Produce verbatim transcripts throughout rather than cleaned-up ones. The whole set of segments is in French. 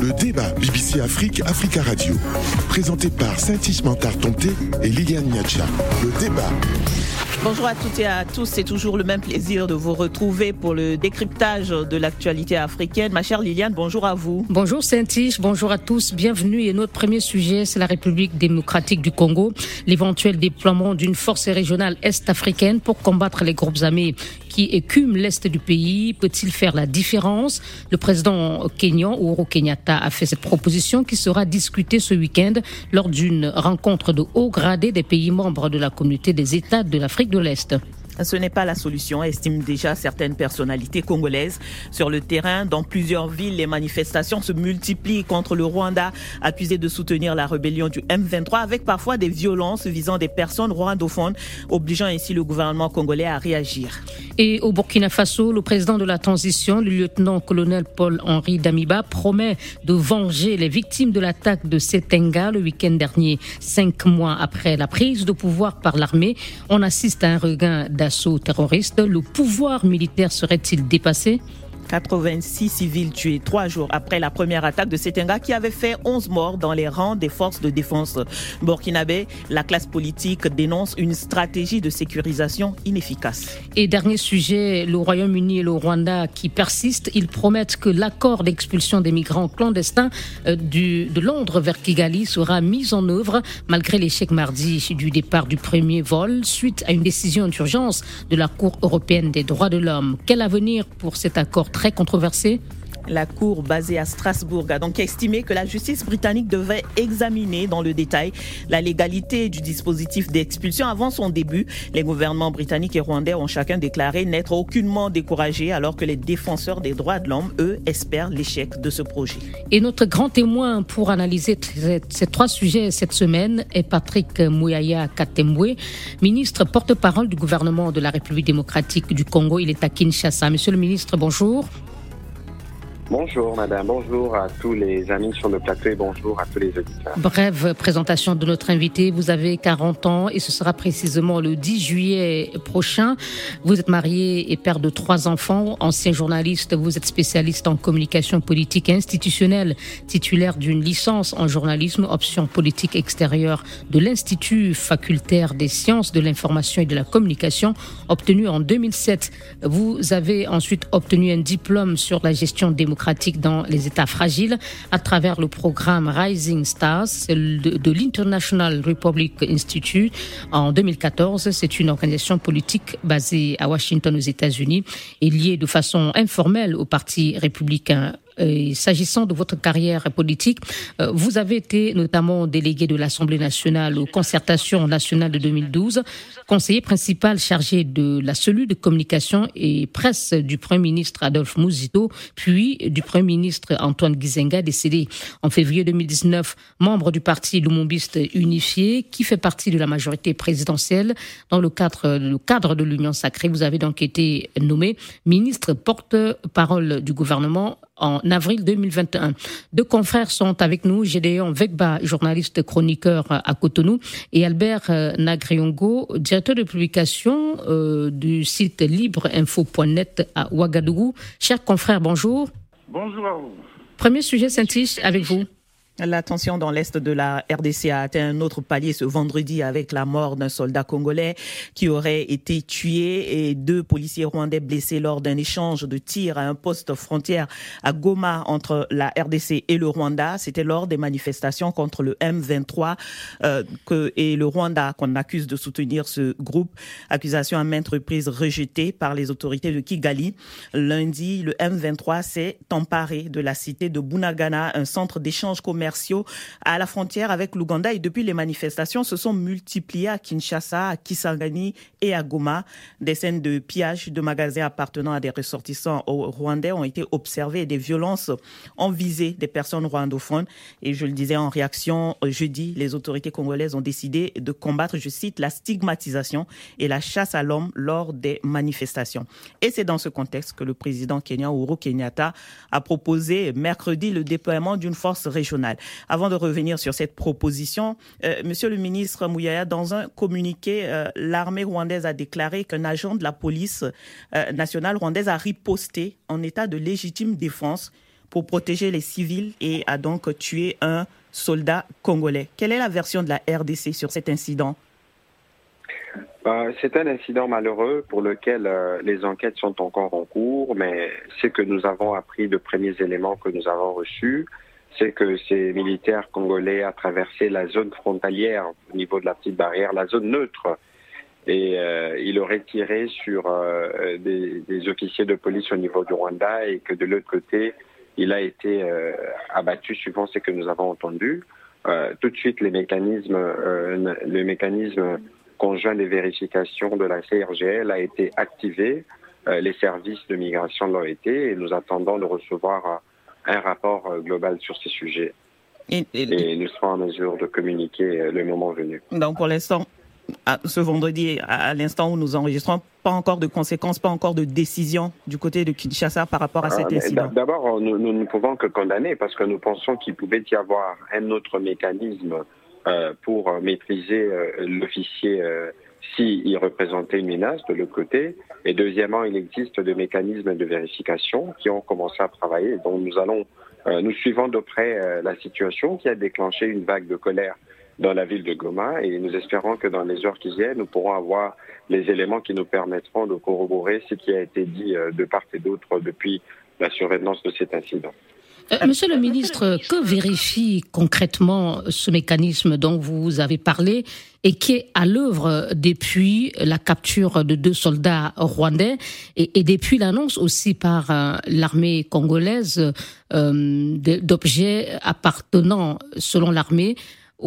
Le débat B B C Afrique, Africa Radio. Présenté par Saint-Ismantar Tomté et Liliane Niacha. Le débat. Bonjour à toutes et à tous, c'est toujours le même plaisir de vous retrouver pour le décryptage de l'actualité africaine. Ma chère Liliane, bonjour à vous. Bonjour Saint-Ish, bonjour à tous, bienvenue. Et notre premier sujet, c'est la République démocratique du Congo. L'éventuel déploiement d'une force régionale est-africaine pour combattre les groupes armés qui écument l'est du pays. Peut-il faire la différence? Le président kényan, Uhuru Kenyatta, a fait cette proposition qui sera discutée ce week-end lors d'une rencontre de haut gradé des pays membres de la communauté des États de l'Afrique de l'Est. Ce n'est pas la solution, estiment déjà certaines personnalités congolaises. Sur le terrain, dans plusieurs villes, les manifestations se multiplient contre le Rwanda, accusé de soutenir la rébellion du M vingt-trois, avec parfois des violences visant des personnes rwandophones, obligeant ainsi le gouvernement congolais à réagir. Et au Burkina Faso, le président de la transition, le lieutenant-colonel Paul-Henri Damiba, promet de venger les victimes de l'attaque de Setenga le week-end dernier. Cinq mois après la prise de pouvoir par l'armée, on assiste à un regain d'assaut terroriste. Le pouvoir militaire serait-il dépassé ? quatre-vingt-six civils tués trois jours après la première attaque de Setenga qui avait fait onze morts dans les rangs des forces de défense burkinabé. La classe politique dénonce une stratégie de sécurisation inefficace. Et dernier sujet, le Royaume-Uni et le Rwanda qui persistent. Ils promettent que l'accord d'expulsion des migrants clandestins du, de Londres vers Kigali sera mis en œuvre malgré l'échec mardi du départ du premier vol suite à une décision d'urgence de la Cour européenne des droits de l'homme. Quel avenir pour cet accord très controversé? La Cour basée à Strasbourg a donc estimé que la justice britannique devait examiner dans le détail la légalité du dispositif d'expulsion avant son début. Les gouvernements britanniques et rwandais ont chacun déclaré n'être aucunement découragés alors que les défenseurs des droits de l'homme, eux, espèrent l'échec de ce projet. Et notre grand témoin pour analyser ces trois sujets cette semaine est Patrick Muyaya Katembwe, ministre porte-parole du gouvernement de la République démocratique du Congo. Il est à Kinshasa. Monsieur le ministre, bonjour. Bonjour madame, bonjour à tous les amis sur le plateau et bonjour à tous les auditeurs. Brève présentation de notre invité. Vous avez quarante ans et ce sera précisément le dix juillet prochain. Vous êtes marié et père de trois enfants, ancien journaliste, vous êtes spécialiste en communication politique et institutionnelle, titulaire d'une licence en journalisme, option politique extérieure de l'Institut facultaire des sciences de l'information et de la communication, obtenu en deux mille sept. Vous avez ensuite obtenu un diplôme sur la gestion démocratique dans les États fragiles à travers le programme Rising Stars de, de l'International Republic Institute en deux mille quatorze. C'est une organisation politique basée à Washington aux États-Unis et liée de façon informelle au Parti républicain. Et s'agissant de votre carrière politique, vous avez été notamment délégué de l'Assemblée nationale aux concertations nationales de deux mille douze, conseiller principal chargé de la cellule de communication et presse du Premier ministre Adolphe Muzito, puis du Premier ministre Antoine Gizenga, décédé en février deux mille dix-neuf, membre du parti lumumbiste unifié, qui fait partie de la majorité présidentielle. Dans le cadre, le cadre de l'Union sacrée, vous avez donc été nommé ministre porte-parole du gouvernement en avril deux mille vingt et un. Deux confrères sont avec nous, Gédéon Vegba, journaliste chroniqueur à Cotonou, et Albert Nagriongo, directeur de publication euh, du site libre info point net à Ouagadougou. Chers confrères, bonjour. Bonjour à vous. Premier sujet, Saint-Ish, avec vous. La tension dans l'est de la R D C a atteint un autre palier ce vendredi avec la mort d'un soldat congolais qui aurait été tué et deux policiers rwandais blessés lors d'un échange de tirs à un poste frontière à Goma entre la R D C et le Rwanda. C'était lors des manifestations contre le M vingt-trois euh, que, et le Rwanda qu'on accuse de soutenir ce groupe. Accusation à maintes reprises rejetée par les autorités de Kigali. Lundi, le M vingt-trois s'est emparé de la cité de Bunagana, un centre d'échange commercial à la frontière avec l'Ouganda et depuis les manifestations se sont multipliées à Kinshasa, à Kisangani et à Goma. Des scènes de pillage de magasins appartenant à des ressortissants rwandais ont été observées et des violences ont visé des personnes rwandophones. Et je le disais en réaction, jeudi, les autorités congolaises ont décidé de combattre, je cite, la stigmatisation et la chasse à l'homme lors des manifestations. Et c'est dans ce contexte que le président kényan Uhuru Kenyatta a proposé mercredi le déploiement d'une force régionale. Avant de revenir sur cette proposition, euh, Monsieur le ministre Muyaya, dans un communiqué, euh, l'armée rwandaise a déclaré qu'un agent de la police euh, nationale rwandaise a riposté en état de légitime défense pour protéger les civils et a donc tué un soldat congolais. Quelle est la version de la R D C sur cet incident? Euh, c'est un incident malheureux pour lequel euh, les enquêtes sont encore en cours, mais ce que nous avons appris de premiers éléments que nous avons reçus, c'est que ces militaires congolais a traversé la zone frontalière au niveau de la petite barrière, la zone neutre, et euh, il aurait tiré sur euh, des, des officiers de police au niveau du Rwanda et que de l'autre côté, il a été euh, abattu suivant ce que nous avons entendu. Euh, tout de suite, les mécanismes, euh, le mécanisme conjoint de vérification de la C R G L a été activé. Euh, les services de migration l'ont été et nous attendons de recevoir euh, un rapport euh, global sur ces sujets. Et, et, et nous serons en mesure de communiquer euh, le moment venu. Donc pour l'instant, à, ce vendredi, à, à l'instant où nous enregistrons, pas encore de conséquences, pas encore de décision du côté de Kinshasa par rapport à cet euh, incident. D'abord, nous, nous ne pouvons que condamner parce que nous pensons qu'il pouvait y avoir un autre mécanisme Euh, pour maîtriser euh, l'officier euh, s'il représentait une menace de l'autre côté. Et deuxièmement, il existe des mécanismes de vérification qui ont commencé à travailler. Donc nous allons, euh, nous suivons de près euh, la situation qui a déclenché une vague de colère dans la ville de Goma et nous espérons que dans les heures qui viennent, nous pourrons avoir les éléments qui nous permettront de corroborer ce qui a été dit euh, de part et d'autre depuis la survenance de cet incident. Euh, Monsieur le ministre, que vérifie concrètement ce mécanisme dont vous avez parlé et qui est à l'œuvre depuis la capture de deux soldats rwandais et, et depuis l'annonce aussi par euh, l'armée congolaise euh, d'objets appartenant, selon l'armée,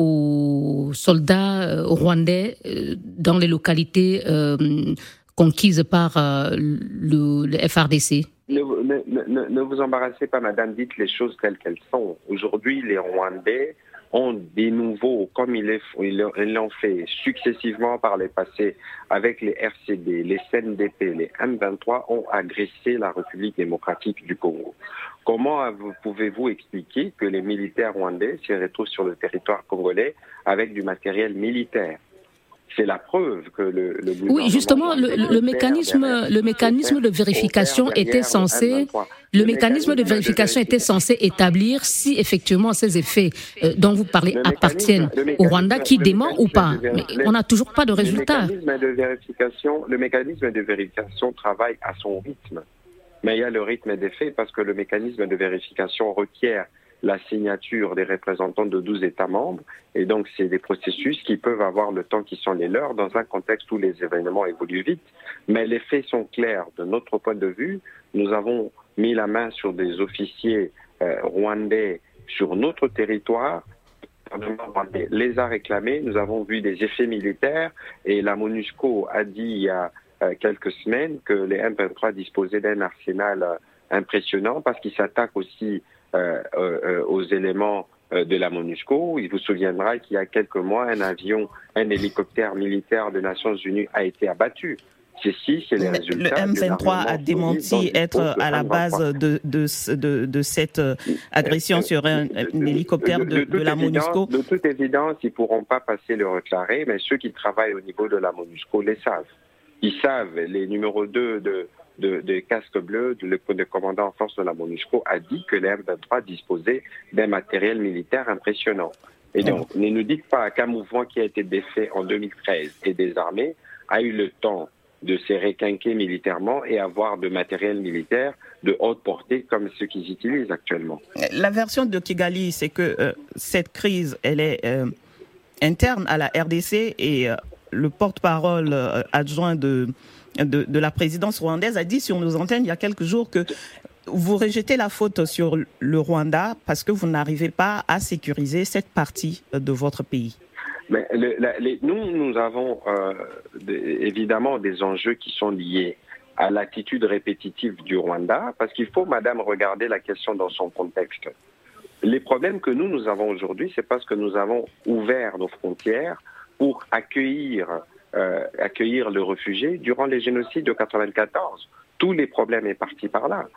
aux soldats rwandais euh, dans les localités euh, conquises par euh, le, le F R D C? Ne, ne, ne, ne vous embarrassez pas, madame, dites les choses telles qu'elles sont. Aujourd'hui, les Rwandais ont des nouveaux, comme ils l'ont fait successivement par le passé avec les R C D, les C N D P, les M vingt-trois, ont agressé la République démocratique du Congo. Comment pouvez-vous expliquer que les militaires rwandais se retrouvent sur le territoire congolais avec du matériel militaire? C'est la preuve que le, le oui, justement, le, le mécanisme, derrière, le mécanisme de vérification était censé, le, le mécanisme de vérification était censé établir si effectivement ces effets euh, dont vous parlez appartiennent au Rwanda, qui dément ou pas. Mais on n'a toujours pas de résultat. Le mécanisme de vérification, le mécanisme de vérification travaille à son rythme, mais il y a le rythme des faits parce que le mécanisme de vérification requiert la signature des représentants de douze États membres. Et donc, c'est des processus qui peuvent avoir le temps qui sont les leurs dans un contexte où les événements évoluent vite. Mais les faits sont clairs. De notre point de vue, nous avons mis la main sur des officiers euh, rwandais sur notre territoire. Le gouvernement rwandais les a réclamés. Nous avons vu des effets militaires et la MONUSCO a dit il y a euh, quelques semaines que les M vingt-trois disposaient d'un arsenal euh, impressionnant parce qu'ils s'attaquent aussi Euh, euh, aux éléments euh, de la MONUSCO. Il vous souviendra qu'il y a quelques mois, un avion, un hélicoptère militaire des Nations Unies a été abattu. Ceci, c'est les résultats. Le M vingt-trois a démenti être à la base de, de, de, de cette agression sur un, un hélicoptère de, de, de, de la MONUSCO. De toute évidence, ils ne pourront pas passer le reclaré, mais ceux qui travaillent au niveau de la MONUSCO les savent. Ils savent, les numéros deux de de, de casque bleu, de, le, le commandant en force de la MONUSCO a dit que les M vingt-trois disposaient d'un matériel militaire impressionnant. Et donc, ne nous dites pas qu'un mouvement qui a été défait en deux mille treize et désarmé a eu le temps de se requinquer militairement et avoir de matériel militaire de haute portée comme ceux qu'ils utilisent actuellement. La version de Kigali, c'est que euh, cette crise, elle est euh, interne à la R D C et euh, le porte-parole euh, adjoint de De, de la présidence rwandaise a dit sur nos antennes il y a quelques jours que vous rejetez la faute sur le Rwanda parce que vous n'arrivez pas à sécuriser cette partie de votre pays. Mais le, la, les, nous, nous avons euh, des, évidemment des enjeux qui sont liés à l'attitude répétitive du Rwanda parce qu'il faut, madame, regarder la question dans son contexte. Les problèmes que nous, nous avons aujourd'hui, c'est parce que nous avons ouvert nos frontières pour accueillir Euh, accueillir le réfugié durant les génocides de quatre-vingt-quatorze. Tous les problèmes sont partis par là.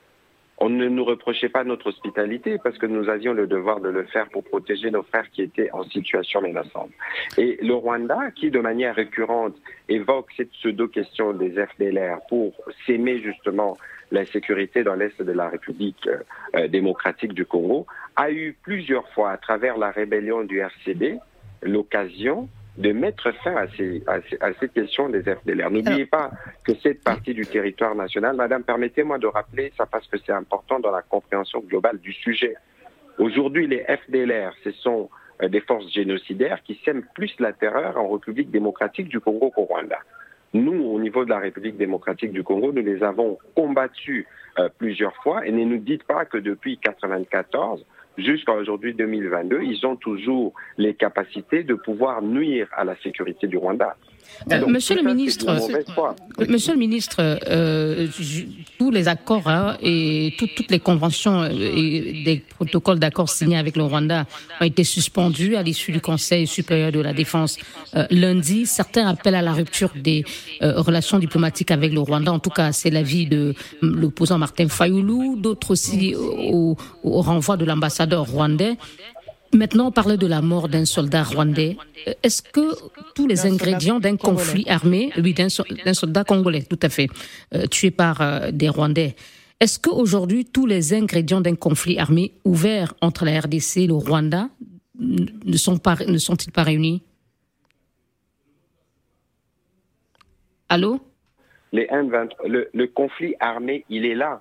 On ne nous reprochait pas notre hospitalité parce que nous avions le devoir de le faire pour protéger nos frères qui étaient en situation menaçante. Et le Rwanda, qui de manière récurrente évoque cette pseudo-question des F D L R pour s'aimer justement l'insécurité dans l'Est de la République euh, démocratique du Congo, a eu plusieurs fois, à travers la rébellion du R C D, l'occasion de mettre fin à, ces, à, ces, à cette question des F D L R. N'oubliez pas que cette partie du territoire national, Madame, permettez-moi de rappeler ça parce que c'est important dans la compréhension globale du sujet. Aujourd'hui, les F D L R, ce sont euh, des forces génocidaires qui sèment plus la terreur en République démocratique du Congo qu'au Rwanda. Nous, au niveau de la République démocratique du Congo, nous les avons combattus euh, plusieurs fois et ne nous dites pas que depuis mille neuf cent quatre-vingt-quatorze, jusqu'à aujourd'hui deux mille vingt-deux, ils ont toujours les capacités de pouvoir nuire à la sécurité du Rwanda. Euh, Donc, monsieur, le ça, ministre, monsieur le ministre, euh, tous les accords hein, et tout, toutes les conventions et des protocoles d'accords signés avec le Rwanda ont été suspendus à l'issue du Conseil supérieur de la défense euh, lundi. Certains appellent à la rupture des euh, relations diplomatiques avec le Rwanda. En tout cas, c'est l'avis de l'opposant Martin Fayoulou, d'autres aussi au, au renvoi de l'ambassadeur rwandais. Maintenant, on parlait de la mort d'un soldat rwandais. Est-ce que tous les ingrédients d'un conflit armé, oui, d'un, d'un soldat congolais, tout à fait, euh, tué par euh, des Rwandais, est-ce qu'aujourd'hui, tous les ingrédients d'un conflit armé ouvert entre la R D C et le Rwanda ne, sont pas, ne sont-ils pas réunis? Allô? Les M vingt-trois, le, le conflit armé, il est là.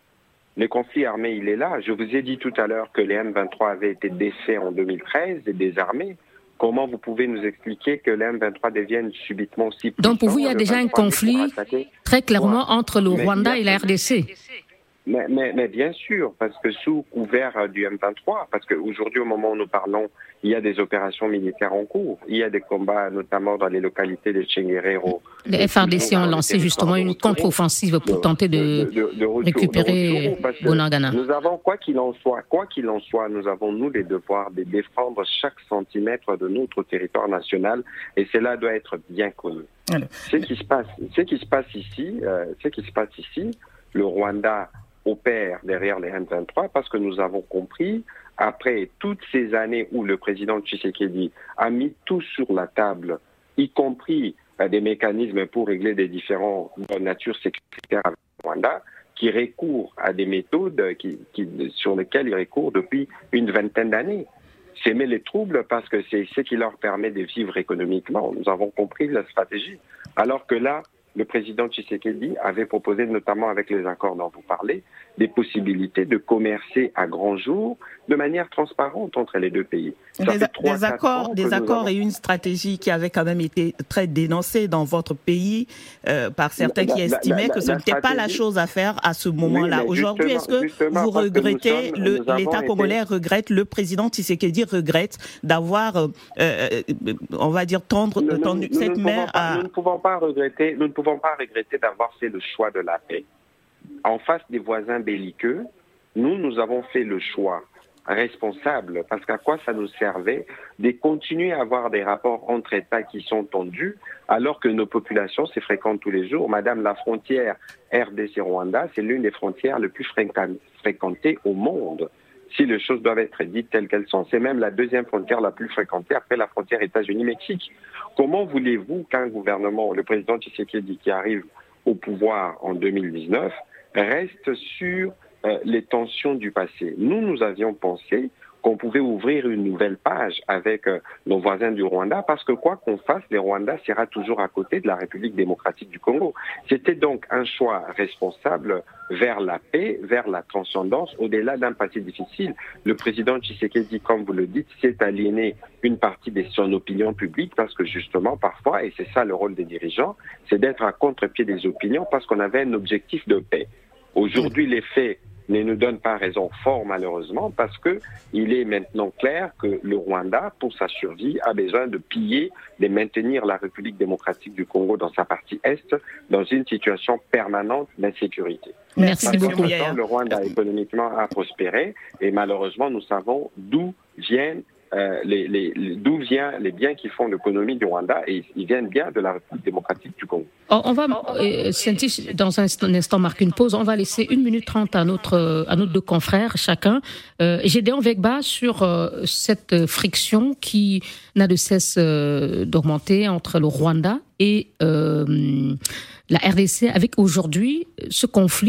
Le conflit armé, il est là. Je vous ai dit tout à l'heure que les M vingt-trois avaient été défaits en deux mille treize et désarmés. Comment vous pouvez nous expliquer que les M vingt-trois deviennent subitement si puissants? Donc pour vous, il y a déjà un conflit très clairement ouais. entre le mais Rwanda et la R D C. Mais, mais, mais bien sûr, parce que sous couvert du M vingt-trois, parce qu'aujourd'hui, au moment où nous parlons, il y a des opérations militaires en cours. Il y a des combats, notamment dans les localités de Tchenguerero. Les F R D C ont lancé justement une contre-offensive pour de, tenter de, de, de, de retour, récupérer Bunagana. Nous avons, quoi qu'il en soit, quoi qu'il en soit, nous avons, nous, les devoirs de défendre chaque centimètre de notre territoire national, et cela doit être bien connu. Alors, ce qui se passe, ce qui se passe ici, euh, ce qui se passe ici, le Rwanda opère derrière les M vingt-trois parce que nous avons compris, après toutes ces années où le président Tshisekedi a mis tout sur la table, y compris euh, des mécanismes pour régler des différends de nature sécuritaire avec le Rwanda, qui recourent à des méthodes qui, qui, sur lesquelles il recourt depuis une vingtaine d'années. S'aimer les troubles parce que c'est ce qui leur permet de vivre économiquement. Nous avons compris la stratégie. Alors que là, le président Tshisekedi avait proposé, notamment avec les accords dont vous parlez, des possibilités de commercer à grand jour de manière transparente entre les deux pays. Des, des accords, des accords avons... et une stratégie qui avait quand même été très dénoncée dans votre pays euh, par certains la, qui la, estimaient la, la, que ce n'était pas la chose à faire à ce moment-là. Oui, aujourd'hui, est-ce que vous regrettez, que sommes, le, l'État congolais été... regrette, le président Tshisekedi regrette d'avoir, euh, euh, on va dire, tendre, nous, tendu nous, cette nous main pas, à... Nous ne pouvons pas regretter, nous ne pouvons pas regretter d'avoir fait le choix de la paix. En face des voisins belliqueux, nous, nous avons fait le choix responsable, parce qu'à quoi ça nous servait de continuer à avoir des rapports entre États qui sont tendus, alors que nos populations se fréquentent tous les jours. Madame, la frontière R D C-Rwanda, c'est l'une des frontières les plus fréquentées au monde. Si les choses doivent être dites telles qu'elles sont, c'est même la deuxième frontière la plus fréquentée après la frontière États-Unis-Mexique. Comment voulez-vous qu'un gouvernement, le président Tshisekedi qui arrive au pouvoir en deux mille dix-neuf, reste sur euh, les tensions du passé? Nous, nous avions pensé qu'on pouvait ouvrir une nouvelle page avec euh, nos voisins du Rwanda, parce que quoi qu'on fasse, le Rwanda sera toujours à côté de la République démocratique du Congo. C'était donc un choix responsable vers la paix, vers la transcendance, au-delà d'un passé difficile. Le président Tshisekedi, comme vous le dites, s'est aliéné une partie de son opinion publique, parce que justement, parfois, et c'est ça le rôle des dirigeants, c'est d'être à contre-pied des opinions, parce qu'on avait un objectif de paix. Aujourd'hui, les faits ne nous donne pas raison, fort malheureusement, parce que il est maintenant clair que le Rwanda, pour sa survie, a besoin de piller, de maintenir la République démocratique du Congo dans sa partie est, dans une situation permanente d'insécurité. Merci beaucoup. Le Rwanda économiquement a prospéré, et malheureusement, nous savons d'où viennent Euh, les, les, d'où viennent les biens qui font l'économie du Rwanda, et ils viennent bien de la République démocratique du Congo. Oh, on va, euh, Saintis, dans un, un instant, marquer une pause. On va laisser une minute trente à notre, à nos deux confrères, chacun. Euh, Gédéon Vegba, sur euh, cette friction qui n'a de cesse euh, d'augmenter entre le Rwanda et euh, la R D C, avec aujourd'hui ce conflit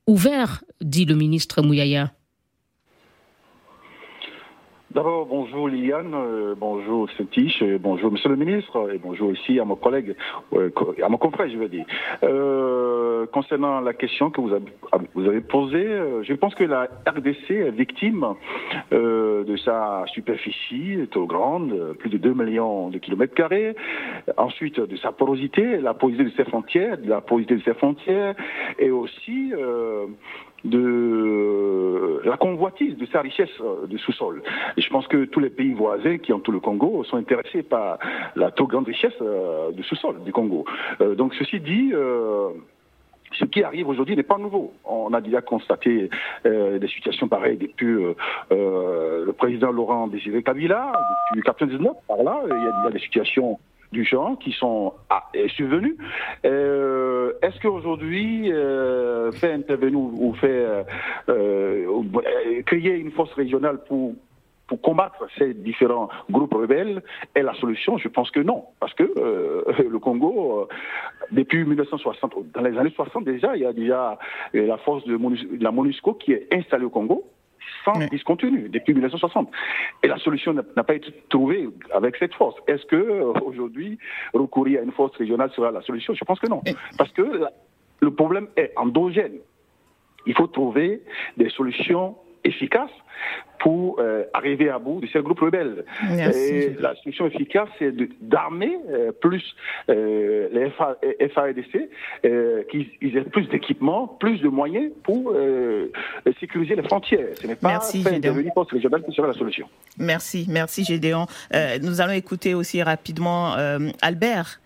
ouvert, dit le ministre Mouyaya. D'abord, bonjour Liliane, euh, bonjour Setiche, euh, bonjour Monsieur le ministre, et bonjour aussi à mon collègue, euh, à mon confrère, je veux dire. Euh, concernant la question que vous avez, vous avez posée, euh, je pense que la R D C est victime euh, de sa superficie trop grande, plus de deux millions de kilomètres carrés, ensuite de sa porosité, la porosité de ses frontières, de la porosité de ses frontières, et aussi euh, de la convoitise de sa richesse de sous-sol. Et je pense que tous les pays voisins qui entourent le Congo sont intéressés par la trop grande richesse de sous-sol du Congo. Euh, donc ceci dit, euh, ce qui arrive aujourd'hui n'est pas nouveau. On a déjà constaté euh, des situations pareilles depuis euh, euh, le président Laurent Désiré Kabila, depuis quatre-vingt-dix-neuf, par là, il y a déjà des situations du genre qui sont ah, survenus. Euh, est-ce qu'aujourd'hui, euh, faire intervenir ou faire euh, euh, créer une force régionale pour pour combattre ces différents groupes rebelles est la solution? Je pense que non, parce que euh, le Congo, euh, depuis mille neuf cent soixante, dans les années soixante déjà, il y a déjà euh, la force de, Monus- de la MONUSCO qui est installée au Congo, sans oui. discontinu, depuis mille neuf cent soixante. Et la solution n'a, n'a pas été trouvée avec cette force. Est-ce que euh, aujourd'hui, recourir à une force régionale sera la solution? Je pense que non. Oui. Parce que la, le problème est endogène. Il faut trouver des solutions efficaces pour euh, arriver à bout de ces groupes rebelles. Merci. Et la solution efficace, c'est de, d'armer euh, plus euh, les F A R D C, euh, qu'ils aient plus d'équipements, plus de moyens pour euh, sécuriser les frontières. Ce n'est pas Merci, faire devenir poste régional qui sera la solution. Merci, merci Gédéon. Euh, nous allons écouter aussi rapidement euh, Albert.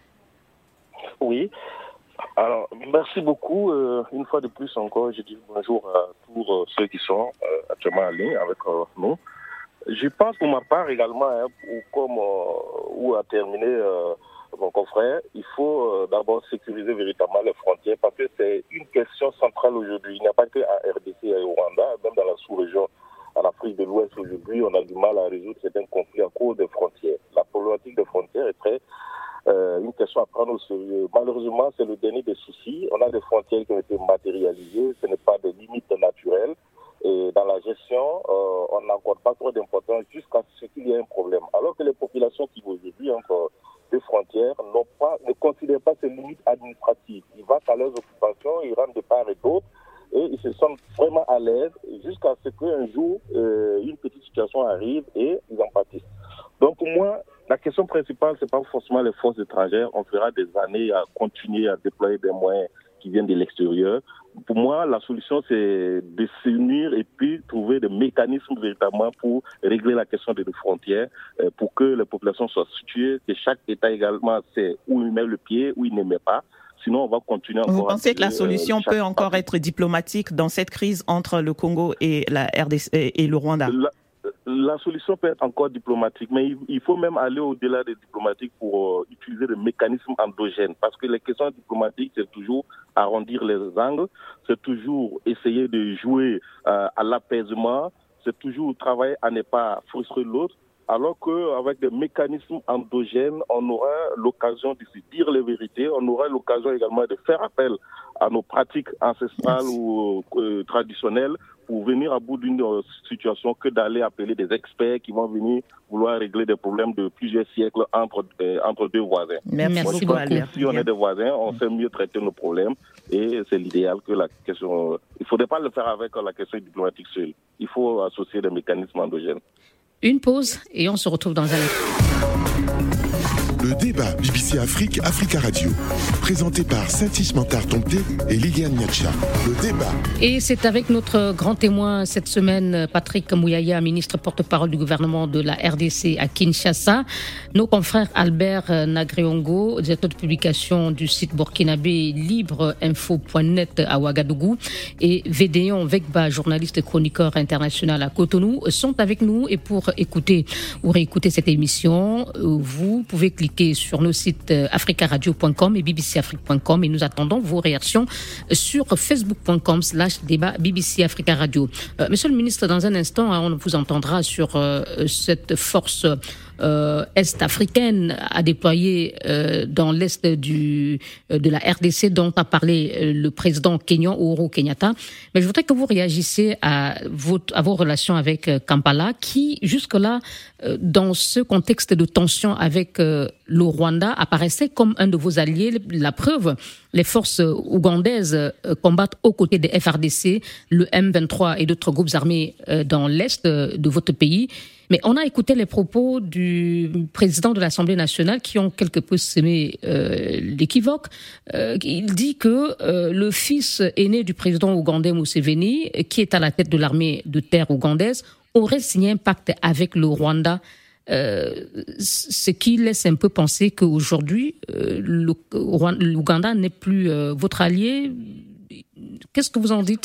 Oui. Alors, merci beaucoup. Euh, une fois de plus encore, je dis bonjour à tous euh, ceux qui sont euh, actuellement en ligne avec euh, nous. Je pense pour ma part également, hein, pour, comme euh, où a terminé euh, mon confrère, il faut euh, d'abord sécuriser véritablement les frontières parce que c'est une question centrale aujourd'hui. Il n'y a pas que à R D C et au Rwanda, même dans la sous-région, en Afrique de l'Ouest aujourd'hui, on a du mal à résoudre certains conflits à cause des frontières. La problématique des frontières est très Euh, une question à prendre au sérieux. Malheureusement, c'est le dernier des soucis. On a des frontières qui ont été matérialisées, ce n'est pas des limites naturelles. Et dans la gestion, euh, on n'accorde pas trop d'importance jusqu'à ce qu'il y ait un problème. Alors que les populations qui aujourd'hui encore des frontières n'ont pas, ne considèrent pas ces limites administratives. Ils vont à leurs occupations, ils rentrent de part et d'autre, et ils se sentent vraiment à l'aise jusqu'à ce qu'un jour, euh, une petite situation arrive et ils en pâtissent. Donc pour moi, la question principale, ce n'est pas forcément les forces étrangères. On fera des années à continuer à déployer des moyens qui viennent de l'extérieur. Pour moi, la solution, c'est de s'unir et puis trouver des mécanismes véritablement pour régler la question des frontières, pour que les populations soient situées, que chaque État également sait où il met le pied, où il ne met pas. Sinon, on va continuer encore. Vous pensez à que la solution euh, peut encore partie. être diplomatique dans cette crise entre le Congo et la R D C et le Rwanda? La... La solution peut être encore diplomatique, mais il faut même aller au-delà des diplomatiques pour euh, utiliser des mécanismes endogènes. Parce que les questions diplomatiques, c'est toujours arrondir les angles, c'est toujours essayer de jouer euh, à l'apaisement, c'est toujours travailler à ne pas frustrer l'autre. Alors qu'avec des mécanismes endogènes, on aura l'occasion de se dire les vérités, on aura l'occasion également de faire appel à nos pratiques ancestrales Merci. ou euh, traditionnelles pour venir à bout d'une euh, situation que d'aller appeler des experts qui vont venir vouloir régler des problèmes de plusieurs siècles entre, euh, entre deux voisins. Merci Moi, je beaucoup. pense que si on est des voisins, on sait mieux traiter nos problèmes et c'est l'idéal que la question... Il ne faudrait pas le faire avec la question diplomatique seule. Il faut associer des mécanismes endogènes. Une pause et on se retrouve dans un instant. Le débat B B C Afrique, Africa Radio, présenté par Saint-Ismantar Tomté et Liliane Niacha. Le débat. Et c'est avec notre grand témoin cette semaine, Patrick Mouyaya, ministre porte-parole du gouvernement de la R D C à Kinshasa, nos confrères Albert Nagreongo, directeur de publication du site burkinabé libreinfo point net à Ouagadougou, et Védéon Vegba, journaliste et chroniqueur international à Cotonou, sont avec nous. Et pour écouter ou réécouter cette émission, vous pouvez cliquer publiqué sur nos sites africaradio point com et b b c afrique point com et nous attendons vos réactions sur facebook point com slash débat B B C Africa Radio. Euh, monsieur le ministre, dans un instant, on vous entendra sur euh, cette force Euh, est-africaine à déployer euh, dans l'est du, euh, de la R D C dont a parlé euh, le président kenyan Uhuru Kenyatta. Mais je voudrais que vous réagissiez à, votre, à vos relations avec euh, Kampala qui, jusque-là, euh, dans ce contexte de tension avec euh, le Rwanda, apparaissait comme un de vos alliés. La preuve, les forces ougandaises euh, combattent aux côtés des F R D C, le M vingt-trois et d'autres groupes armés euh, dans l'est euh, de votre pays. Mais on a écouté les propos du président de l'Assemblée nationale qui ont quelque peu semé euh, l'équivoque. Euh, il dit que euh, le fils aîné du président ougandais Museveni, qui est à la tête de l'armée de terre ougandaise, aurait signé un pacte avec le Rwanda, euh, ce qui laisse un peu penser qu'aujourd'hui, euh, l'Ouganda n'est plus euh, votre allié. Qu'est-ce que vous en dites ?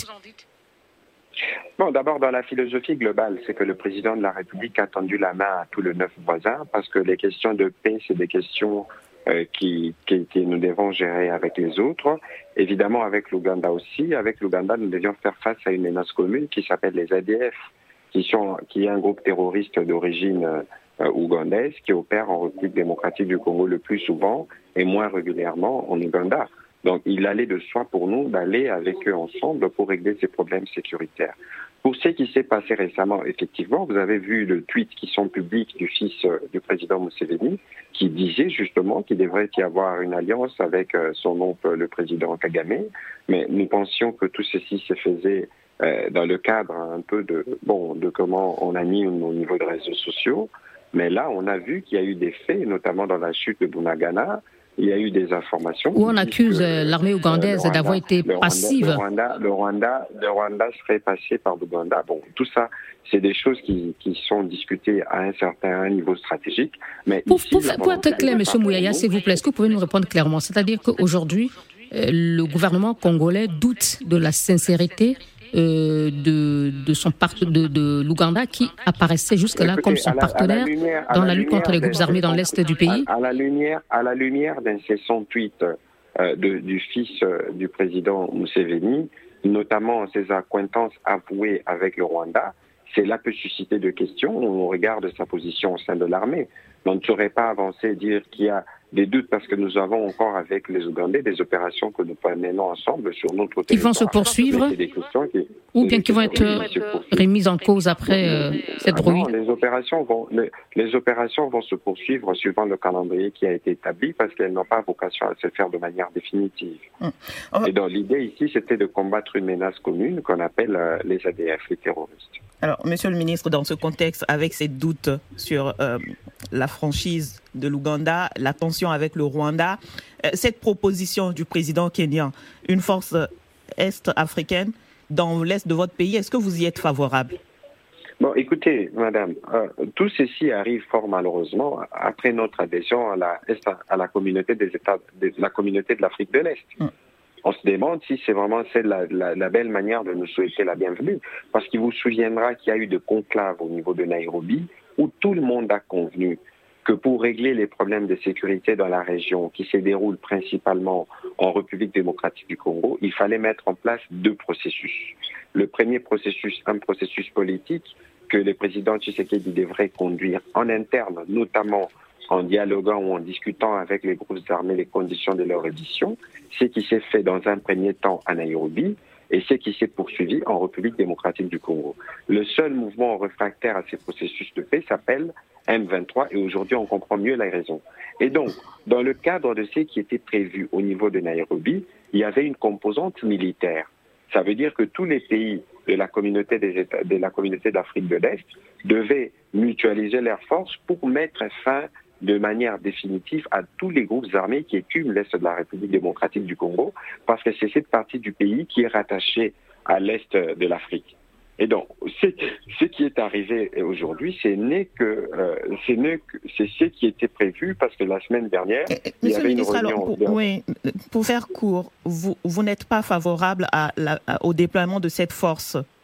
Bon, d'abord, dans la philosophie globale, c'est que le président de la République a tendu la main à tous les neuf voisins parce que les questions de paix, c'est des questions euh, qui, qui, qui nous devons gérer avec les autres. Évidemment, avec l'Ouganda aussi. Avec l'Ouganda, nous devions faire face à une menace commune qui s'appelle les A D F, qui, sont, qui est un groupe terroriste d'origine euh, ougandaise qui opère en République démocratique du Congo le plus souvent et moins régulièrement en Ouganda. Donc, il allait de soi pour nous d'aller avec eux ensemble pour régler ces problèmes sécuritaires. Pour ce qui s'est passé récemment, effectivement, vous avez vu le tweet qui sont publics du fils du président Museveni, qui disait justement qu'il devrait y avoir une alliance avec son oncle, le président Kagame. Mais nous pensions que tout ceci se faisait euh, dans le cadre un peu de, bon, de comment on anime au niveau des réseaux sociaux. Mais là, on a vu qu'il y a eu des faits, notamment dans la chute de Bunagana. Il y a eu des informations. Où on accuse l'armée ougandaise Rwanda, d'avoir été le passive. Rwanda, le, Rwanda, le Rwanda serait passé par l'Ouganda. Bon, tout ça, c'est des choses qui, qui sont discutées à un certain niveau stratégique. Mais pour, ici, pour, pour être clair, M. Mouyaya, s'il vous plaît, est-ce que vous pouvez nous répondre clairement ? C'est-à-dire qu'aujourd'hui, euh, le gouvernement congolais doute de la sincérité Euh, de, de, son part, de, de l'Ouganda qui apparaissait jusque-là Écoutez, comme son la, partenaire lumière, dans la, la lutte contre les groupes armés dans l'est du pays. À, à la lumière, à la lumière d'incessants tweets euh, de, du fils euh, du président Museveni, notamment ses accointances avouées avec le Rwanda, cela peut susciter de questions. On regarde sa position au sein de l'armée. On ne saurait pas avancer et dire qu'il y a des doutes parce que nous avons encore avec les Ougandais des opérations que nous menons ensemble sur notre territoire. Ils vont se poursuivre qui, ou bien qui vont être remises en cause après euh, cette brouille. Non, les opérations vont les, les opérations vont se poursuivre suivant le calendrier qui a été établi parce qu'elles n'ont pas vocation à se faire de manière définitive. Hum. Et donc l'idée ici, c'était de combattre une menace commune qu'on appelle euh, les A D F, les terroristes. Alors, Monsieur le ministre, dans ce contexte, avec ces doutes sur euh, la franchise de l'Ouganda, la tension avec le Rwanda, euh, cette proposition du président kenyan, une force est-africaine dans l'est de votre pays, est-ce que vous y êtes favorable ? Bon, écoutez, madame, euh, tout ceci arrive fort malheureusement après notre adhésion à la, à la communauté des États, de la communauté de l'Afrique de l'Est. Hum. On se demande si c'est vraiment c'est la, la, la belle manière de nous souhaiter la bienvenue. Parce qu'il vous souviendra qu'il y a eu des conclaves au niveau de Nairobi où tout le monde a convenu que pour régler les problèmes de sécurité dans la région qui se déroulent principalement en République démocratique du Congo, il fallait mettre en place deux processus. Le premier processus, un processus politique que le président Tshisekedi devrait conduire en interne, notamment en dialoguant ou en discutant avec les groupes armés les conditions de leur édition, ce qui s'est fait dans un premier temps à Nairobi et ce qui s'est poursuivi en République démocratique du Congo. Le seul mouvement réfractaire à ces processus de paix s'appelle M vingt-trois et aujourd'hui on comprend mieux la raison. Et donc, dans le cadre de ce qui était prévu au niveau de Nairobi, il y avait une composante militaire. Ça veut dire que tous les pays de la communauté des États, de la communauté d'Afrique de l'Est devaient mutualiser leurs forces pour mettre fin de manière définitive à tous les groupes armés qui écument l'Est de la République démocratique du Congo, parce que c'est cette partie du pays qui est rattachée à l'Est de l'Afrique. Et donc, c'est, ce qui est arrivé aujourd'hui, c'est né que, euh, c'est né que, c'est ce qui était prévu, parce que la semaine dernière, et, il y avait une ministre, réunion... Alors, pour, oui, pour faire court, vous, vous n'êtes pas favorable à la, à, au déploiement de cette force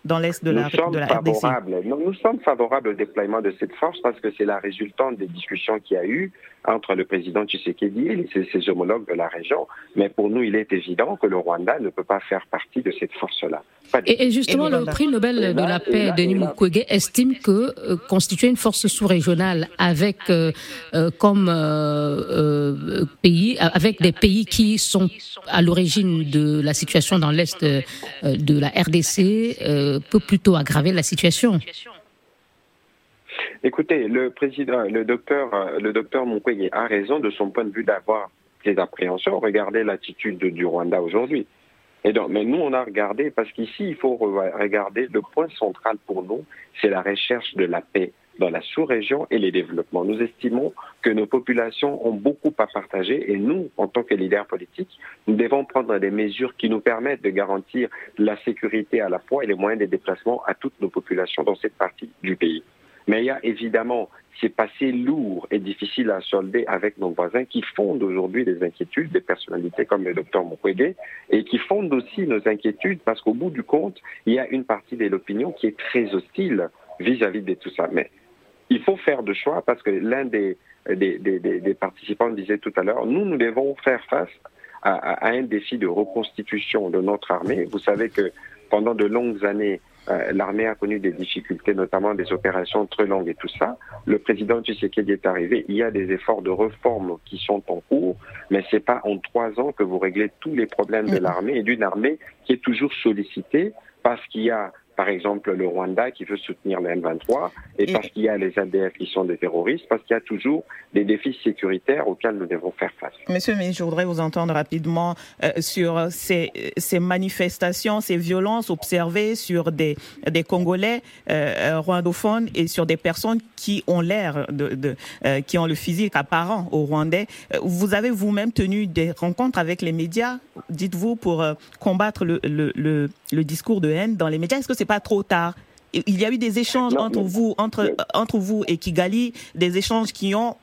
dans l'est de la, de la R D C? Nous, nous sommes favorables au déploiement de cette force parce que c'est la résultante des discussions qu'il y a eu entre le président Tshisekedi et ses, ses homologues de la région. Mais pour nous, il est évident que le Rwanda ne peut pas faire partie de cette force-là. Et, et justement, et le prix Nobel de la paix, Denis Mukwege, estime que euh, constituer une force sous-régionale avec euh, euh, comme euh, euh, pays, avec des pays qui sont à l'origine de la situation dans l'est euh, de la R D C euh, peut plutôt aggraver la situation. Écoutez, le président, le docteur, le docteur Mukwege a raison de son point de vue d'avoir des appréhensions. Regardez l'attitude du Rwanda aujourd'hui. Et donc, mais nous, on a regardé, parce qu'ici, il faut regarder, le point central pour nous, c'est la recherche de la paix dans la sous-région et les développements. Nous estimons que nos populations ont beaucoup à partager et nous, en tant que leaders politiques, nous devons prendre des mesures qui nous permettent de garantir la sécurité à la fois et les moyens de déplacement à toutes nos populations dans cette partie du pays. Mais il y a évidemment ces passés lourds et difficiles à solder avec nos voisins qui fondent aujourd'hui des inquiétudes, des personnalités comme le docteur Mukwege, et qui fondent aussi nos inquiétudes parce qu'au bout du compte, il y a une partie de l'opinion qui est très hostile vis-à-vis de tout ça. Mais il faut faire de choix parce que l'un des, des, des, des participants disait tout à l'heure, nous, nous devons faire face à, à un défi de reconstitution de notre armée. Vous savez que pendant de longues années, Euh, l'armée a connu des difficultés, notamment des opérations très longues et tout ça. Le président Tshisekedi est arrivé. Il y a des efforts de réforme qui sont en cours, mais c'est pas en trois ans que vous réglez tous les problèmes de l'armée et d'une armée qui est toujours sollicitée parce qu'il y a, par exemple, le Rwanda qui veut soutenir le M vingt-trois et parce qu'il y a les A D F qui sont des terroristes, parce qu'il y a toujours des défis sécuritaires auxquels nous devons faire face. Monsieur, mais je voudrais vous entendre rapidement euh, sur ces, ces manifestations, ces violences observées sur des, des Congolais euh, rwandophones et sur des personnes qui ont l'air de, de euh, qui ont le physique apparent aux Rwandais. Vous avez vous-même tenu des rencontres avec les médias, dites-vous, pour euh, combattre le, le, le, le discours de haine dans les médias. Est-ce que c'est pas trop tard? Il y a eu des échanges non, entre mais, vous, entre mais, entre vous et Kigali, des échanges qui ont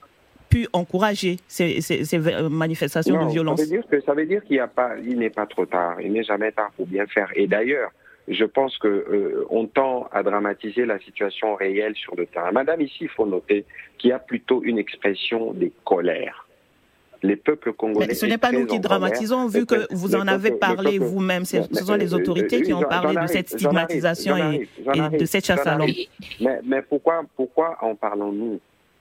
pu encourager ces, ces, ces manifestations non, de violence. Ça veut dire que ça veut dire qu'il y a pas, il n'est pas trop tard. Il n'est jamais tard pour bien faire. Et d'ailleurs, je pense que euh, on tend à dramatiser la situation réelle sur le terrain. Madame, ici, il faut noter qu'il y a plutôt une expression des colères. Les peuples congolais. Mais ce n'est pas nous qui dramatisons, vu que vous en avez parlé vous-même. Ce sont les autorités qui ont parlé de cette stigmatisation et, et de cette chasse à l'homme. Mais, mais pourquoi, pourquoi en parlons-nous?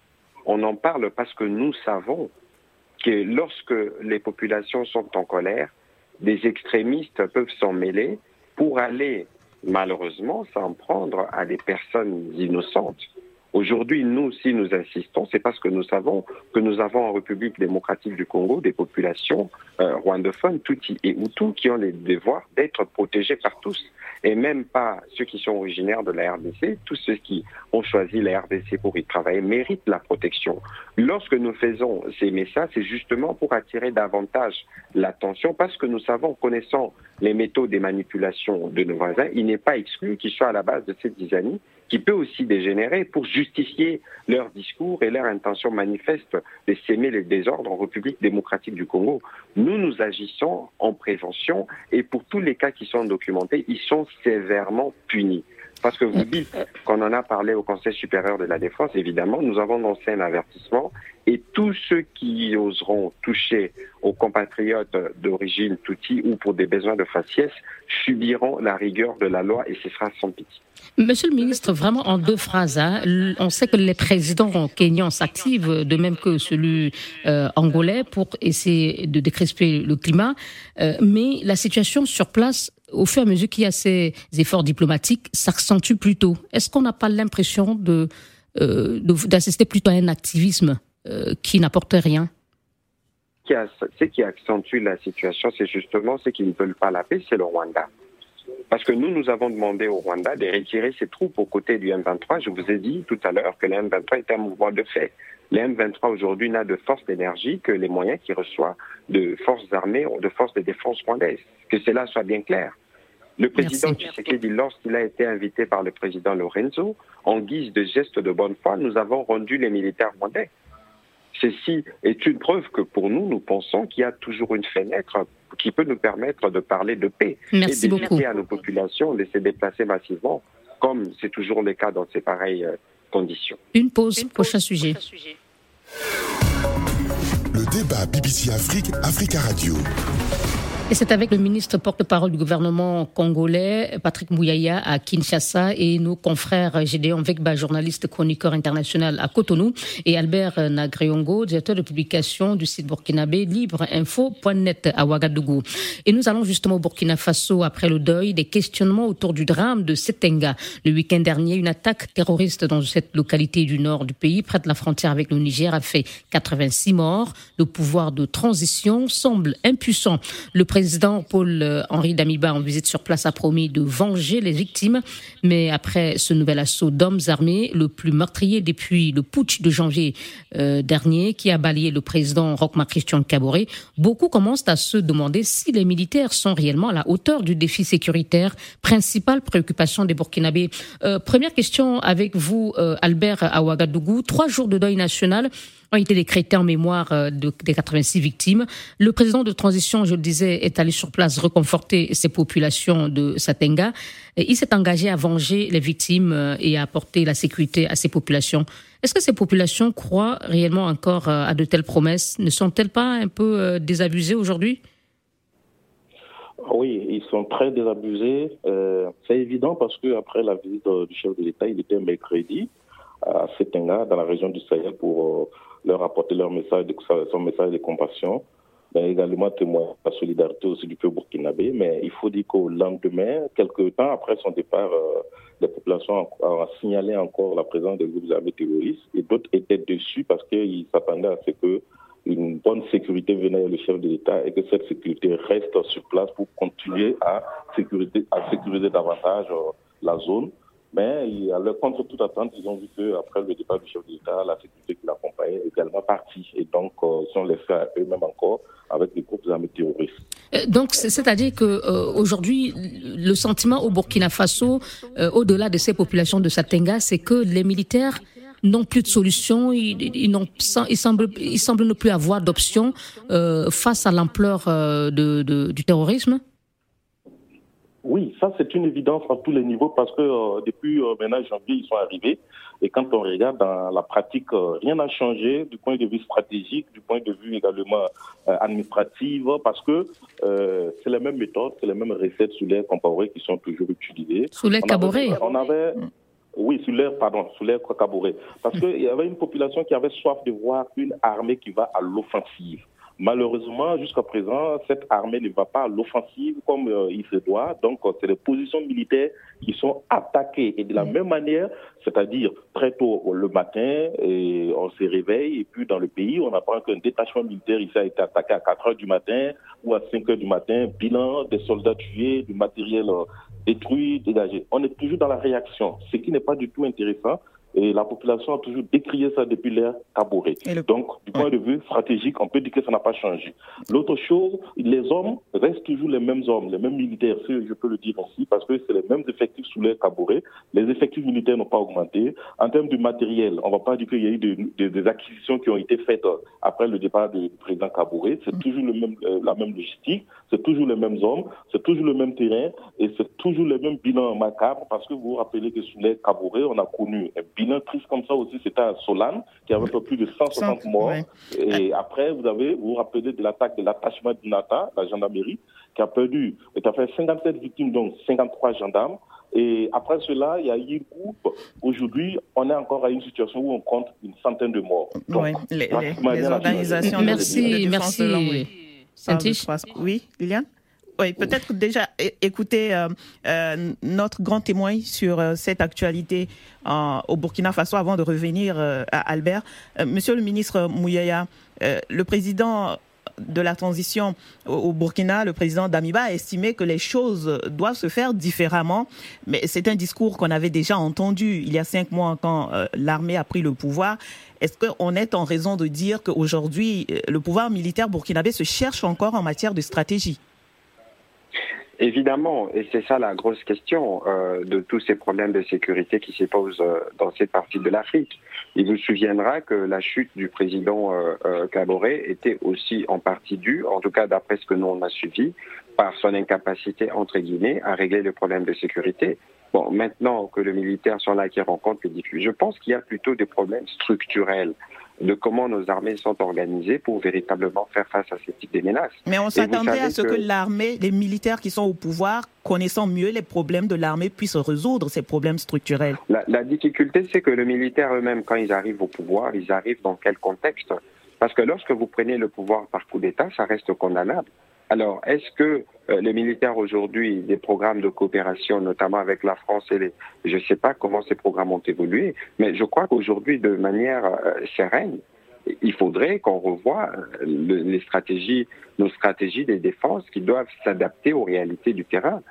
On en parle parce que nous savons que lorsque les populations sont en colère, des extrémistes peuvent s'en mêler pour aller, malheureusement, s'en prendre à des personnes innocentes. Aujourd'hui, nous, si nous insistons, c'est parce que nous savons que nous avons en République démocratique du Congo des populations euh, rwandophones, Tutsi et Hutus, qui ont le devoir d'être protégés par tous. Et même pas ceux qui sont originaires de la R D C, tous ceux qui ont choisi la R D C pour y travailler méritent la protection. Lorsque nous faisons ces messages, c'est justement pour attirer davantage l'attention, parce que nous savons, connaissant les méthodes des manipulations de nos voisins, il n'est pas exclu qu'ils soient à la base de cette zizanie, qui peut aussi dégénérer pour justifier leur discours et leur intention manifeste de s'aimer les désordres en République démocratique du Congo. Nous, nous agissons en prévention et pour tous les cas qui sont documentés, ils sont sévèrement punis. Parce que vous dites qu'on en a parlé au Conseil supérieur de la défense, évidemment, nous avons lancé un avertissement et tous ceux qui oseront toucher aux compatriotes d'origine Tutsi ou pour des besoins de faciès subiront la rigueur de la loi et ce sera sans pitié. Monsieur le ministre, vraiment en deux phrases, hein, on sait que les présidents kenyans s'activent, de même que celui euh, angolais, pour essayer de décresper le climat, euh, mais la situation sur place, au fur et à mesure qu'il y a ces efforts diplomatiques, s'accentue plutôt. Est-ce qu'on n'a pas l'impression de, euh, de, d'assister plutôt à un activisme euh, qui n'apporte rien? Ce qui accentue la situation, c'est justement ceux qui ne veulent pas la paix, c'est le Rwanda. Parce que nous, nous avons demandé au Rwanda de retirer ses troupes aux côtés du M vingt-trois. Je vous ai dit tout à l'heure que le M vingt-trois est un mouvement de fait. Le M vingt-trois aujourd'hui n'a de force d'énergie que les moyens qu'il reçoit de forces armées ou de forces de défense rwandaises. Que cela soit bien clair. Le président Tshisekedi, lorsqu'il a été invité par le président Lorenzo, en guise de geste de bonne foi, nous avons rendu les militaires rwandais. Ceci est une preuve que pour nous, nous pensons qu'il y a toujours une fenêtre qui peut nous permettre de parler de paix. Merci et d'éviter beaucoup. à nos populations de se déplacer massivement, comme c'est toujours le cas dans ces pareilles euh, conditions. Une pause, Une prochain pause, sujet. Prochain sujet. Le débat B B C Afrique, Africa Radio. Et c'est avec le ministre porte-parole du gouvernement congolais, Patrick Mouyaya, à Kinshasa, et nos confrères Gédéon Vekba, journaliste chroniqueur international à Cotonou, et Albert Nagreongo, directeur de publication du site burkinabé libreinfo point net à Ouagadougou. Et nous allons justement au Burkina Faso après le deuil, des questionnements autour du drame de Setenga. Le week-end dernier, une attaque terroriste dans cette localité du nord du pays, près de la frontière avec le Niger, a fait quatre-vingt-six morts. Le pouvoir de transition semble impuissant. Le Le président Paul-Henri Damiba, en visite sur place, a promis de venger les victimes. Mais après ce nouvel assaut d'hommes armés, le plus meurtrier depuis le putsch de janvier euh, dernier, qui a balayé le président Roch-Marc Christian Kaboré, beaucoup commencent à se demander si les militaires sont réellement à la hauteur du défi sécuritaire, principale préoccupation des Burkinabés. Euh, première question avec vous, euh, Albert, à Ouagadougou. Trois jours de deuil national ont été décrétés en mémoire de, des quatre-vingt-six victimes. Le président de transition, je le disais, est allé sur place reconforter ces populations de Setenga. Et il s'est engagé à venger les victimes et à apporter la sécurité à ces populations. Est-ce que ces populations croient réellement encore à de telles promesses? Ne sont-elles pas un peu désabusées aujourd'hui? Oui, ils sont très désabusés. Euh, c'est évident parce qu'après la visite du chef de l'État, il était mercredi à Setenga, dans la région du Sahel, pour euh, leur apporter leur message de, son message de compassion, mais également témoigner de la solidarité aussi du peuple burkinabé. Mais il faut dire qu'au lendemain, quelques temps après son départ, euh, les populations ont signalé encore la présence des groupes armés terroristes et d'autres étaient déçus parce qu'ils s'attendaient à ce que une bonne sécurité venait le chef de l'État et que cette sécurité reste sur place pour continuer à sécuriser, à sécuriser davantage euh, la zone. Mais à leur contre toute attente, ils ont vu qu'après le départ du chef de l'État, la sécurité qui l'accompagnait est également partie. Et donc, euh, ils sont laissés à eux-mêmes encore avec les groupes armés terroristes. Euh, donc, c'est-à-dire qu'aujourd'hui, euh, le sentiment au Burkina Faso, euh, au-delà de ces populations de Setenga, c'est que les militaires n'ont plus de solution, ils, ils, n'ont, ils, semblent, ils semblent ne plus avoir d'option euh, face à l'ampleur euh, de, de, du terrorisme. Oui, ça c'est une évidence à tous les niveaux parce que euh, depuis euh, maintenant janvier, ils sont arrivés et quand on regarde dans la pratique, euh, rien n'a changé du point de vue stratégique, du point de vue également euh, administratif parce que euh, c'est les mêmes méthodes, c'est les mêmes recettes sous l'air Compaoré qui sont toujours utilisées. Sous l'air Kaboré. On avait... Oui, sous l'air, pardon, sous l'air Kaboré. Parce qu'il y avait une population qui avait soif de voir une armée qui va à l'offensive. Malheureusement, jusqu'à présent, cette armée ne va pas à l'offensive comme euh, il se doit. Donc, euh, c'est les positions militaires qui sont attaquées. Et de la même manière, c'est-à-dire très tôt le matin, et on se réveille et puis dans le pays, on apprend qu'un détachement militaire ici a été attaqué à quatre heures du matin ou à cinq heures du matin. Bilan, des soldats tués, du matériel euh, détruit, dégagé. On est toujours dans la réaction, ce qui n'est pas du tout intéressant. Et la population a toujours décrié ça depuis l'ère Kaboré. Le... Donc, du point ouais. de vue stratégique, on peut dire que ça n'a pas changé. L'autre chose, les hommes restent toujours les mêmes hommes, les mêmes militaires, si je peux le dire ainsi, parce que c'est les mêmes effectifs sous l'ère Kaboré. Les effectifs militaires n'ont pas augmenté. En termes de matériel, on ne va pas dire qu'il y a eu de, de, des acquisitions qui ont été faites après le départ du président Kaboré. C'est mm. toujours le même, euh, la même logistique, c'est toujours les mêmes hommes, c'est toujours le même terrain et c'est toujours les mêmes bilans macabres parce que vous vous rappelez que sous l'ère Kaboré, on a connu un bilan triste comme ça aussi, c'était à Solane, qui avait fait plus de cent soixante morts. Ouais. Et après, vous avez, vous vous rappelez de l'attaque de l'attachement du Nata, la gendarmerie, qui a perdu, qui a fait cinquante-sept victimes, donc cinquante-trois gendarmes. Et après cela, il y a eu groupe. Aujourd'hui, on est encore à une situation où on compte une centaine de morts. Donc, oui, les, les, les organisations. Merci, merci. merci. Oui, Liliane? Oui, peut-être déjà écouter euh, euh, notre grand témoin sur euh, cette actualité euh, au Burkina Faso avant de revenir euh, à Albert. Euh, Monsieur le ministre Mouyaya, euh, le président de la transition au, au Burkina, le président Damiba, a estimé que les choses doivent se faire différemment. Mais c'est un discours qu'on avait déjà entendu il y a cinq mois quand euh, l'armée a pris le pouvoir. Est-ce qu'on est en raison de dire qu'aujourd'hui, le pouvoir militaire burkinabé se cherche encore en matière de stratégie ? Évidemment, et c'est ça la grosse question euh, de tous ces problèmes de sécurité qui se posent euh, dans cette partie de l'Afrique. Il vous souviendra que la chute du président euh, euh, Kaboré était aussi en partie due, en tout cas d'après ce que nous on a suivi, par son incapacité, entre guillemets, à régler le problème de sécurité. Bon, maintenant que les militaires sont là qui rencontrent les difficultés, je pense qu'il y a plutôt des problèmes structurels de comment nos armées sont organisées pour véritablement faire face à ce type de menaces. Mais on s'attendrait à ce que... que l'armée, les militaires qui sont au pouvoir, connaissant mieux les problèmes de l'armée, puissent résoudre ces problèmes structurels. La, la difficulté, c'est que les militaires eux-mêmes, quand ils arrivent au pouvoir, ils arrivent dans quel contexte ? Parce que lorsque vous prenez le pouvoir par coup d'État, ça reste condamnable. Alors, est-ce que euh, les militaires aujourd'hui, des programmes de coopération, notamment avec la France et les... Je ne sais pas comment ces programmes ont évolué, mais je crois qu'aujourd'hui, de manière euh, sereine, il faudrait qu'on revoie euh, le, les stratégies, nos stratégies de défense qui doivent s'adapter aux réalités du terrain.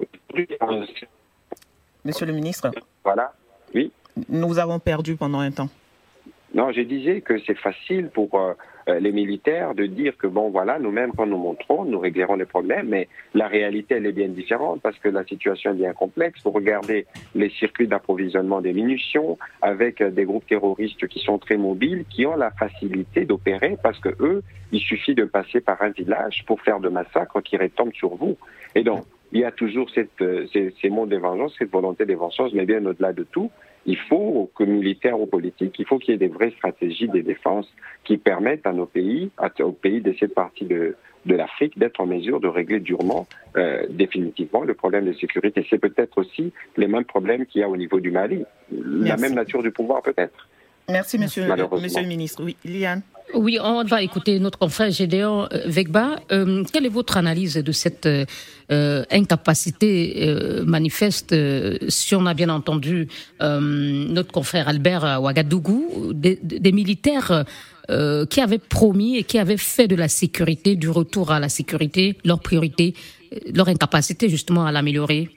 Monsieur le ministre. Voilà, oui. Nous avons perdu pendant un temps. Non, je disais que c'est facile pour euh, les militaires de dire que, bon, voilà, nous-mêmes, quand nous montrons, nous réglerons les problèmes, mais la réalité, elle est bien différente parce que la situation est bien complexe. Vous regardez les circuits d'approvisionnement des munitions avec des groupes terroristes qui sont très mobiles, qui ont la facilité d'opérer parce que eux, il suffit de passer par un village pour faire de massacres qui retombent sur vous. Et donc, il y a toujours cette, ces, ces mots de vengeance, cette volonté de vengeance, mais bien au-delà de tout, il faut que militaires ou politiques, il faut qu'il y ait des vraies stratégies de défense qui permettent à nos pays, à, aux pays de cette partie de, de l'Afrique, d'être en mesure de régler durement, euh, définitivement, le problème de sécurité. C'est peut-être aussi les mêmes problèmes qu'il y a au niveau du Mali, Merci. La même nature du pouvoir peut-être. Merci, monsieur, monsieur le ministre. Oui, Liane. Oui, on va écouter notre confrère Gédéon Vegba. Euh, quelle est votre analyse de cette euh, incapacité euh, manifeste, euh, si on a bien entendu euh, notre confrère Albert à Ouagadougou, des, des militaires euh, qui avaient promis et qui avaient fait de la sécurité, du retour à la sécurité, leur priorité, leur incapacité justement à l'améliorer?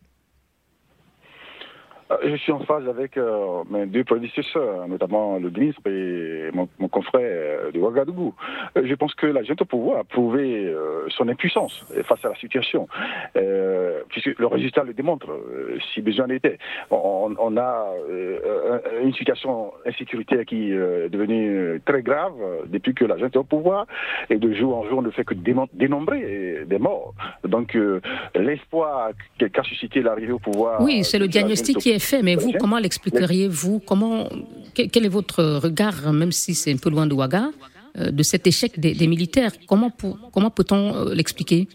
Je suis en phase avec euh, mes deux prédécesseurs, notamment le ministre et mon, mon confrère de Ouagadougou. Je pense que la junte au pouvoir a prouvé euh, son impuissance face à la situation, euh, puisque le résultat le démontre, euh, si besoin était. On, on a euh, une situation insécuritaire qui est devenue très grave depuis que la junte est au pouvoir, et de jour en jour on ne fait que dénombrer des morts. Donc euh, l'espoir qu'a suscité l'arrivée au pouvoir... Oui, c'est le diagnostic qui est fait, mais vous, comment l'expliqueriez-vous? Comment, quel est votre regard, même si c'est un peu loin de Ouaga, de cet échec des, des militaires? Comment, comment peut-on l'expliquer?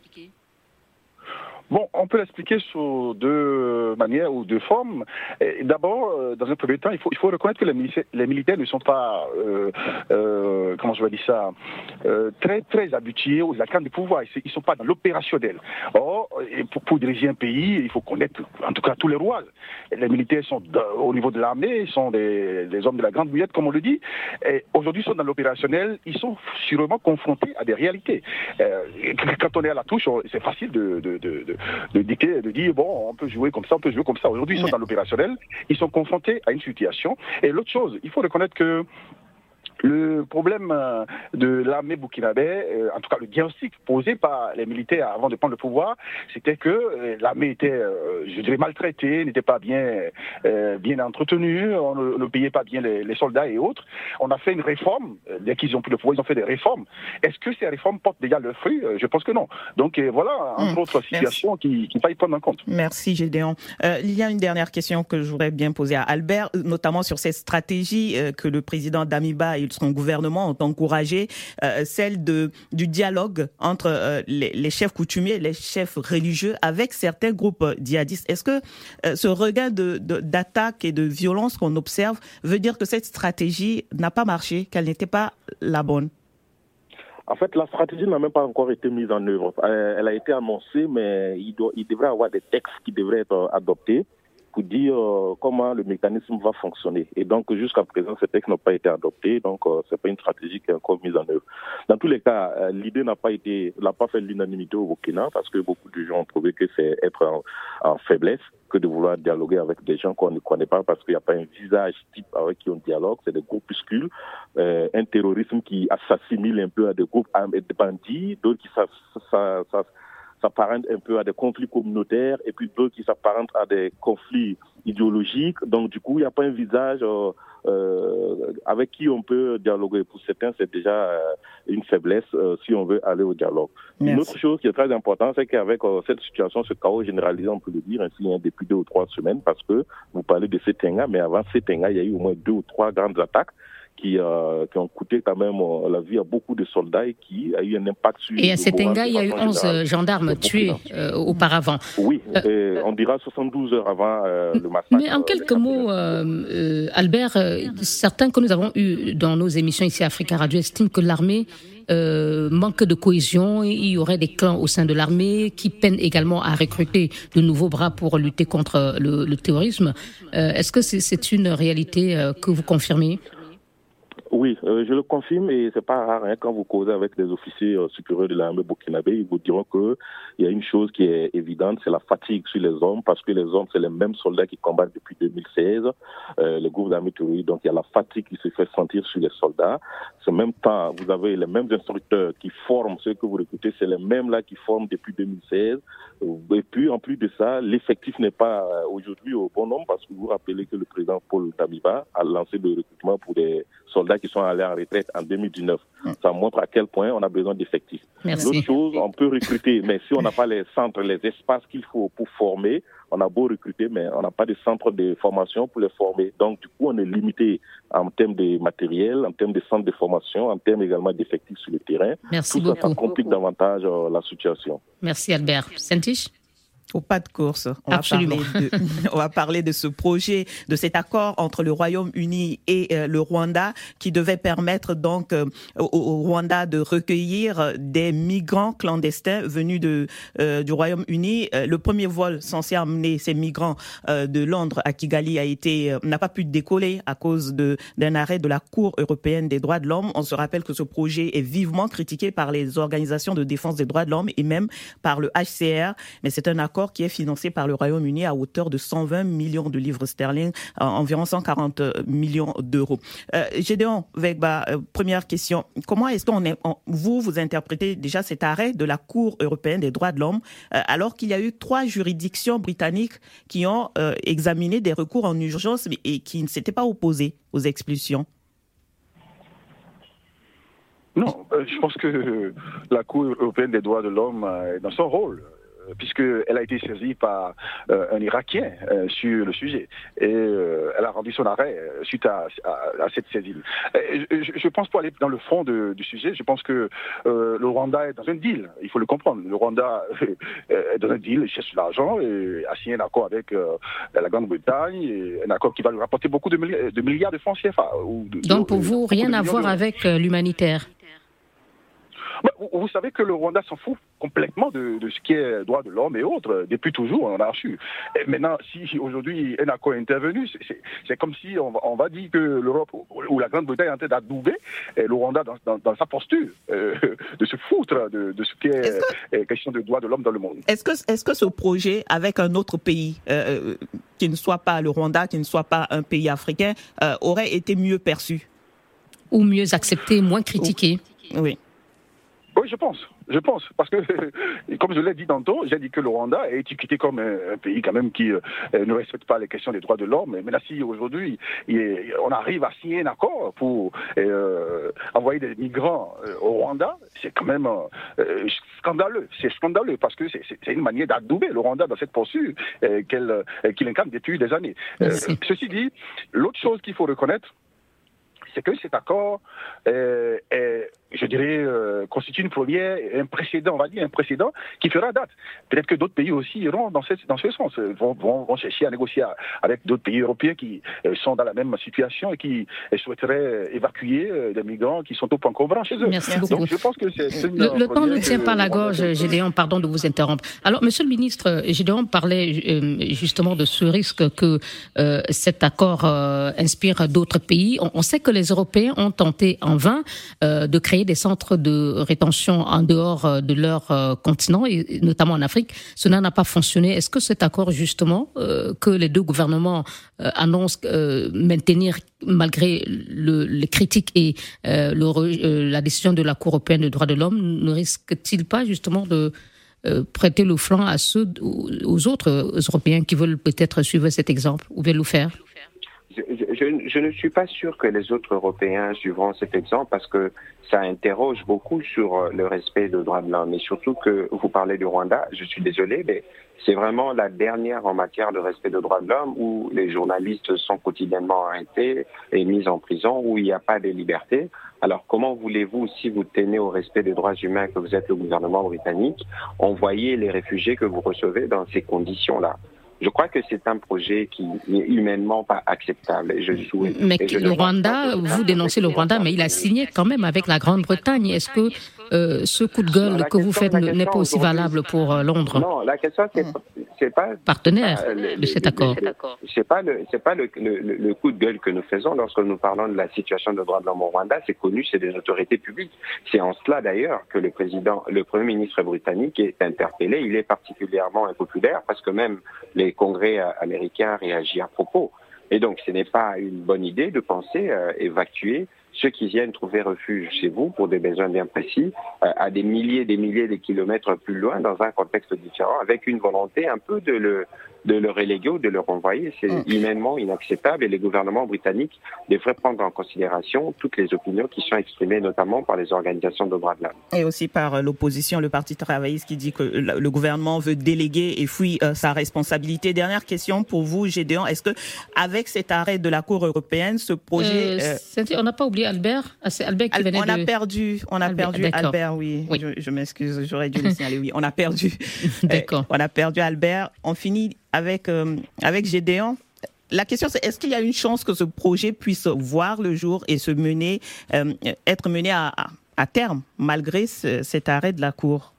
Bon, on peut l'expliquer sous deux manières ou deux formes. Et d'abord, dans un premier temps, il faut, il faut reconnaître que les militaires, les militaires ne sont pas, euh, euh, comment je vais dire ça, euh, très très habitués aux accords de pouvoir. Ils ne sont pas dans l'opérationnel. Or, pour, pour diriger un pays, il faut connaître, en tout cas, tous les rouages. Les militaires sont de, au niveau de l'armée, ils sont des, des hommes de la grande bouillette, comme on le dit. Et aujourd'hui, ils sont dans l'opérationnel. Ils sont sûrement confrontés à des réalités. Euh, quand on est à la touche, c'est facile de, de, de, de de dicter, de dire bon, on peut jouer comme ça, on peut jouer comme ça. Aujourd'hui, ils sont dans l'opérationnel, ils sont confrontés à une situation. Et l'autre chose, il faut reconnaître que le problème de l'armée burkinabé, en tout cas le diagnostic posé par les militaires avant de prendre le pouvoir, c'était que l'armée était, je dirais, maltraitée, n'était pas bien, bien entretenue, on ne, ne payait pas bien les, les soldats et autres. On a fait une réforme, dès qu'ils ont pris le pouvoir, ils ont fait des réformes. Est-ce que ces réformes portent déjà leurs fruits? Je pense que non. Donc voilà, entre mmh, autres situations qui, qui faillent prendre en compte. Merci Gédéon. Euh, il y a une dernière question que je voudrais bien poser à Albert, notamment sur cette stratégie euh, que le président Damiba et son gouvernement ont encouragé, euh, celle de, du dialogue entre euh, les, les chefs coutumiers, les chefs religieux avec certains groupes djihadistes. Est-ce que euh, ce regain de, de, d'attaque et de violence qu'on observe veut dire que cette stratégie n'a pas marché, qu'elle n'était pas la bonne? En fait, la stratégie n'a même pas encore été mise en œuvre. Elle a été annoncée, mais il, doit, il devrait y avoir des textes qui devraient être adoptés pour dire euh, comment le mécanisme va fonctionner. Et donc, jusqu'à présent, ces textes n'ont pas été adoptés, donc euh, c'est pas une stratégie qui est encore mise en œuvre. Dans tous les cas, euh, l'idée n'a pas été, n'a pas fait l'unanimité au Burkina, parce que beaucoup de gens ont trouvé que c'est être en, en faiblesse que de vouloir dialoguer avec des gens qu'on ne connaît pas, parce qu'il n'y a pas un visage type avec qui on dialogue, c'est des groupuscules, euh, un terrorisme qui s'assimile un peu à des groupes de bandits, d'autres qui s'apparentent un peu à des conflits communautaires et puis d'autres qui s'apparentent à des conflits idéologiques. Donc du coup, il n'y a pas un visage euh, euh, avec qui on peut dialoguer. Pour certains, c'est déjà euh, une faiblesse euh, si on veut aller au dialogue. Merci. Une autre chose qui est très importante, c'est qu'avec euh, cette situation, ce chaos généralisé, on peut le dire ainsi, hein, depuis deux ou trois semaines, parce que vous parlez de Setenga, mais avant Setenga, il y a eu au moins deux ou trois grandes attaques qui, euh, qui ont coûté quand même euh, la vie à beaucoup de soldats et qui a eu un impact sur... Et à Setenga, il y a eu onze gendarmes tués euh, auparavant. Oui, euh, on dira soixante-douze heures avant euh, le massacre. Mais en quelques mots, euh, euh, Albert, euh, certains que nous avons eus dans nos émissions ici à Africa Radio estiment que l'armée euh, manque de cohésion, il y aurait des clans au sein de l'armée qui peinent également à recruter de nouveaux bras pour lutter contre le, le terrorisme. Euh, est-ce que c'est, c'est une réalité euh, que vous confirmez ? Oui, euh, je le confirme et c'est pas rare hein, quand vous causez avec des officiers euh, supérieurs de l'armée burkinabé, ils vous diront que il y a une chose qui est évidente, c'est la fatigue sur les hommes, parce que les hommes c'est les mêmes soldats qui combattent depuis deux mille seize, euh, le groupe d'armée terroriste, donc il y a la fatigue qui se fait sentir sur les soldats. En même temps, vous avez les mêmes instructeurs qui forment ceux que vous recrutez, c'est les mêmes là qui forment depuis deux mille seize. Et puis en plus de ça, l'effectif n'est pas aujourd'hui au bon nombre, parce que vous vous rappelez que le président Paul Damiba a lancé le recrutement pour des soldats qui sont allés en retraite en deux mille dix-neuf. Ça montre à quel point on a besoin d'effectifs. Merci. L'autre chose, on peut recruter, mais si on n'a pas les centres, les espaces qu'il faut pour former, on a beau recruter, mais on n'a pas de centres de formation pour les former. Donc, du coup, on est limité en termes de matériel, en termes de centres de formation, en termes également d'effectifs sur le terrain. Merci Tout beaucoup. ça, ça complique davantage euh, la situation. Merci Albert. Sentish ? Au pas de course, on va, parler de, on va parler de ce projet, de cet accord entre le Royaume-Uni et euh, le Rwanda qui devait permettre donc euh, au, au Rwanda de recueillir des migrants clandestins venus de, euh, du Royaume-Uni. Euh, le premier vol censé amener ces migrants euh, de Londres à Kigali a été, euh, n'a pas pu décoller à cause de, d'un arrêt de la Cour européenne des droits de l'homme. On se rappelle que ce projet est vivement critiqué par les organisations de défense des droits de l'homme et même par le H C R, mais c'est un accord qui est financé par le Royaume-Uni à hauteur de cent vingt millions de livres sterling, euh, environ cent quarante millions d'euros. Euh, Gédéon Vegba, euh, première question. Comment est-ce qu'on est, on, vous, vous interprétez déjà cet arrêt de la Cour européenne des droits de l'homme, euh, alors qu'il y a eu trois juridictions britanniques qui ont euh, examiné des recours en urgence et qui ne s'étaient pas opposés aux expulsions? Non, euh, je pense que la Cour européenne des droits de l'homme est dans son rôle, puisqu'elle a été saisie par euh, un Irakien euh, sur le sujet. Et euh, elle a rendu son arrêt euh, suite à, à, à cette saisie. Et je, je pense, pour aller dans le fond de, du sujet, je pense que euh, le Rwanda est dans un deal. Il faut le comprendre. Le Rwanda est dans un deal, il cherche l'argent et a signé un accord avec euh, la Grande-Bretagne, et un accord qui va lui rapporter beaucoup de, milli- de milliards de francs C F A. Ou de, Donc pour de, vous, rien à voir avec euh, l'humanitaire? Vous savez que le Rwanda s'en fout complètement de, de ce qui est droit de l'homme et autres. Depuis toujours, on en a reçu. Et maintenant, si aujourd'hui un accord est intervenu, c'est, c'est, c'est comme si on va, on va dire que l'Europe ou la Grande-Bretagne est en train d'adouber le Rwanda dans, dans, dans sa posture, euh, de se foutre de, de ce qui est, est que, question de droit de l'homme dans le monde. Est-ce que, est-ce que ce projet, avec un autre pays euh, qui ne soit pas le Rwanda, qui ne soit pas un pays africain, euh, aurait été mieux perçu? Ou mieux accepté, moins critiqué? Oui. Oui, je pense. Je pense. Parce que, comme je l'ai dit tantôt, j'ai dit que le Rwanda est étiqueté comme un, un pays quand même qui euh, ne respecte pas les questions des droits de l'homme. Mais là, si aujourd'hui, est, on arrive à signer un accord pour euh, envoyer des migrants euh, au Rwanda, c'est quand même euh, scandaleux. C'est scandaleux parce que c'est, c'est, c'est une manière d'adouber le Rwanda dans cette posture euh, qu'elle, euh, qu'il incarne depuis des années. Euh, ceci dit, l'autre chose qu'il faut reconnaître, c'est que cet accord euh, est, je dirais, euh, constitue une première, un précédent, on va dire, un précédent qui fera date. Peut-être que d'autres pays aussi iront dans, cette, dans ce sens, vont, vont, vont chercher à négocier avec d'autres pays européens qui euh, sont dans la même situation et qui euh, souhaiteraient évacuer euh, des migrants qui sont au point encombrant chez eux. Merci beaucoup. Donc, je pense que c'est, c'est une le, le temps ne tient que, pas la gorge, Gédéon, pardon de vous interrompre. Alors, Monsieur le Ministre, Gédéon parlait euh, justement de ce risque que euh, cet accord euh, inspire d'autres pays. On, on sait que les Européens ont tenté en vain euh, de créer des centres de rétention en dehors de leur euh, continent, et notamment en Afrique. Cela n'a pas fonctionné. Est-ce que cet accord, justement, euh, que les deux gouvernements euh, annoncent euh, maintenir malgré le, les critiques et euh, le, euh, la décision de la Cour européenne des droits de l'homme, ne risque-t-il pas, justement, de euh, prêter le flanc à ceux, aux autres Européens qui veulent peut-être suivre cet exemple ou bien le faire? Je, je, je ne suis pas sûr que les autres Européens suivront cet exemple parce que ça interroge beaucoup sur le respect des droits de l'homme. Et surtout que vous parlez du Rwanda, je suis désolé, mais c'est vraiment la dernière en matière de respect des droits de l'homme où les journalistes sont quotidiennement arrêtés et mis en prison, où il n'y a pas de liberté. Alors comment voulez-vous, si vous tenez au respect des droits humains, que vous êtes le gouvernement britannique, envoyer les réfugiés que vous recevez dans ces conditions-là? Je crois que c'est un projet qui n'est humainement pas acceptable. Et je souhaite, mais et je le Rwanda, vous dénoncez le Rwanda, mais il a signé quand même avec la Grande-Bretagne. Est-ce que euh, ce coup de gueule non, que vous faites n'est pas aussi valable pour euh, Londres? Non, la question c'est, c'est pas partenaire euh, le, de cet accord. Le, le, c'est pas le c'est pas le, le, le coup de gueule que nous faisons lorsque nous parlons de la situation des droits de l'homme au Rwanda. C'est connu, c'est des autorités publiques. C'est en cela d'ailleurs que le président, le premier ministre britannique est interpellé. Il est particulièrement impopulaire parce que même les congrès américains réagissent à propos. Et donc, ce n'est pas une bonne idée de penser euh, évacuer ceux qui viennent trouver refuge chez vous pour des besoins bien précis, euh, à des milliers et des milliers de kilomètres plus loin, dans un contexte différent, avec une volonté un peu de le, de le reléguer ou de le renvoyer. C'est mmh. humainement inacceptable et les gouvernements britanniques devraient prendre en considération toutes les opinions qui sont exprimées, notamment par les organisations de droits de l'homme. Et aussi par l'opposition, le Parti travailliste qui dit que le gouvernement veut déléguer et fuit euh, sa responsabilité. Dernière question pour vous, Gédéon. Est-ce que, avec cet arrêt de la Cour européenne, ce projet... Euh, euh... On n'a pas oublié Albert, ah, c'est Albert qui Al- venait on de... a perdu, on a Albert, perdu d'accord. Albert, oui. oui. Je, je m'excuse, j'aurais dû le signaler, oui. On a perdu. D'accord. Euh, on a perdu Albert. On finit avec euh, avec Gédéon. La question, c'est est-ce qu'il y a une chance que ce projet puisse voir le jour et se mener, euh, être mené à, à, à terme, malgré ce, cet arrêt de la Cour?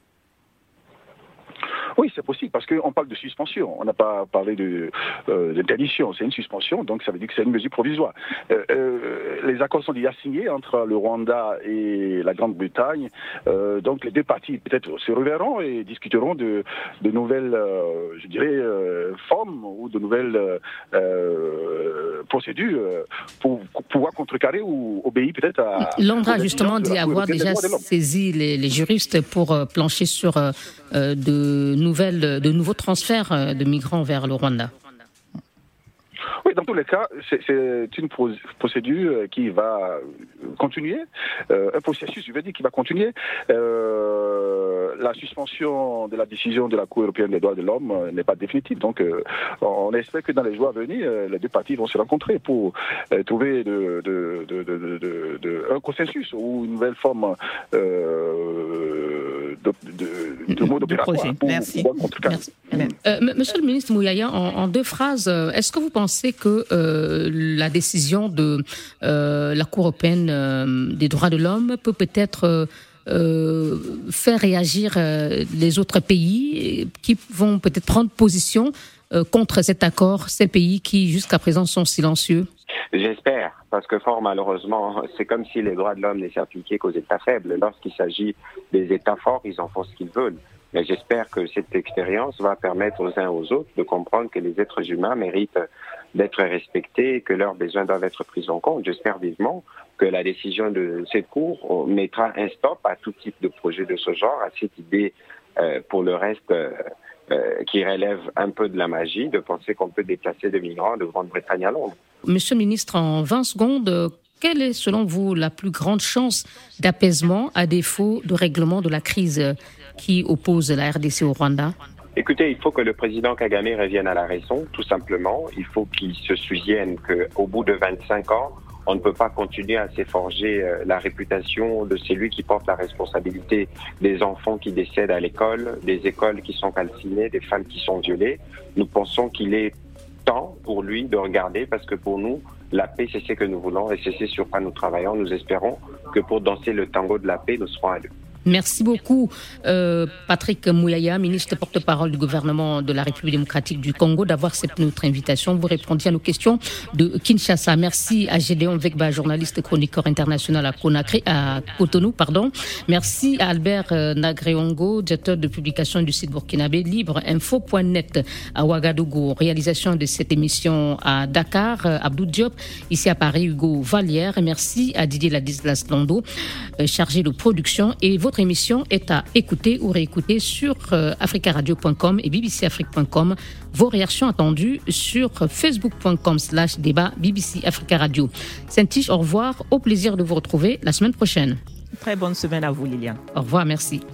Oui, c'est possible, parce qu'on parle de suspension. On n'a pas parlé de, euh, d'interdiction. C'est une suspension, donc ça veut dire que c'est une mesure provisoire. Euh, euh, les accords sont déjà signés entre le Rwanda et la Grande-Bretagne. Euh, donc les deux parties peut-être se reverront et discuteront de, de nouvelles, euh, je dirais, euh, formes ou de nouvelles euh, procédures pour, pour pouvoir contrecarrer ou obéir peut-être à... Londres a justement dit avoir déjà saisi les, les juristes pour euh, plancher sur euh, de nouvelles, de nouveaux transferts de migrants vers le Rwanda. Oui, dans tous les cas, c'est, c'est une procédure qui va continuer, euh, un processus, je veux dire, qui va continuer. Euh, la suspension de la décision de la Cour européenne des droits de l'homme n'est pas définitive. Donc, euh, on espère que dans les jours à venir, les deux parties vont se rencontrer pour euh, trouver de, de, de, de, de, de, un consensus ou une nouvelle forme euh, de, de, de mode opératoire. Pour, Merci. Pour Merci. Euh, monsieur le ministre Mouyaya, en, en deux phrases, est-ce que vous pensez que euh, la décision de euh, la Cour européenne euh, des droits de l'homme peut peut-être euh, euh, faire réagir euh, les autres pays qui vont peut-être prendre position euh, contre cet accord, ces pays qui jusqu'à présent sont silencieux? J'espère, parce que fort malheureusement, c'est comme si les droits de l'homme ne s'appliquaient qu'aux États faibles. Lorsqu'il s'agit des États forts, ils en font ce qu'ils veulent. Mais j'espère que cette expérience va permettre aux uns aux autres de comprendre que les êtres humains méritent d'être respectés et que leurs besoins doivent être pris en compte. J'espère vivement que la décision de cette Cour mettra un stop à tout type de projet de ce genre, à cette idée euh, pour le reste euh, euh, qui relève un peu de la magie, de penser qu'on peut déplacer des migrants de Grande-Bretagne à Londres. Monsieur le ministre, en vingt secondes, quelle est selon vous la plus grande chance d'apaisement à défaut de règlement de la crise qui oppose la R D C au Rwanda? Écoutez, il faut que le président Kagame revienne à la raison, tout simplement. Il faut qu'il se souvienne qu'au bout de vingt-cinq ans, on ne peut pas continuer à s'efforger la réputation de celui qui porte la responsabilité des enfants qui décèdent à l'école, des écoles qui sont calcinées, des femmes qui sont violées. Nous pensons qu'il est temps pour lui de regarder, parce que pour nous, la paix, c'est ce que nous voulons et c'est ce sur quoi nous travaillons. Nous espérons que pour danser le tango de la paix, nous serons à deux. Merci beaucoup, euh, Patrick Mouyaya, ministre porte-parole du gouvernement de la République démocratique du Congo, d'avoir accepté notre invitation. Vous répondiez à nos questions de Kinshasa. Merci à Gédéon Vegba, journaliste chroniqueur international à Conakry, à Cotonou, pardon. Merci à Albert euh, Nagreongo, directeur de publication du site burkinabé libre info point net à Ouagadougou. Réalisation de cette émission à Dakar, euh, Abdou Diop, ici à Paris, Hugo Vallière. Et merci à Didier Ladislas Lando, euh, chargé de production, et votre Votre émission est à écouter ou réécouter sur euh, africa radio point com et b b c afrique point com. Vos réactions attendues sur facebook point com slash débat B B C Africa Radio. Saint-Tige, au revoir. Au plaisir de vous retrouver la semaine prochaine. Très bonne semaine à vous, Liliane. Au revoir, merci.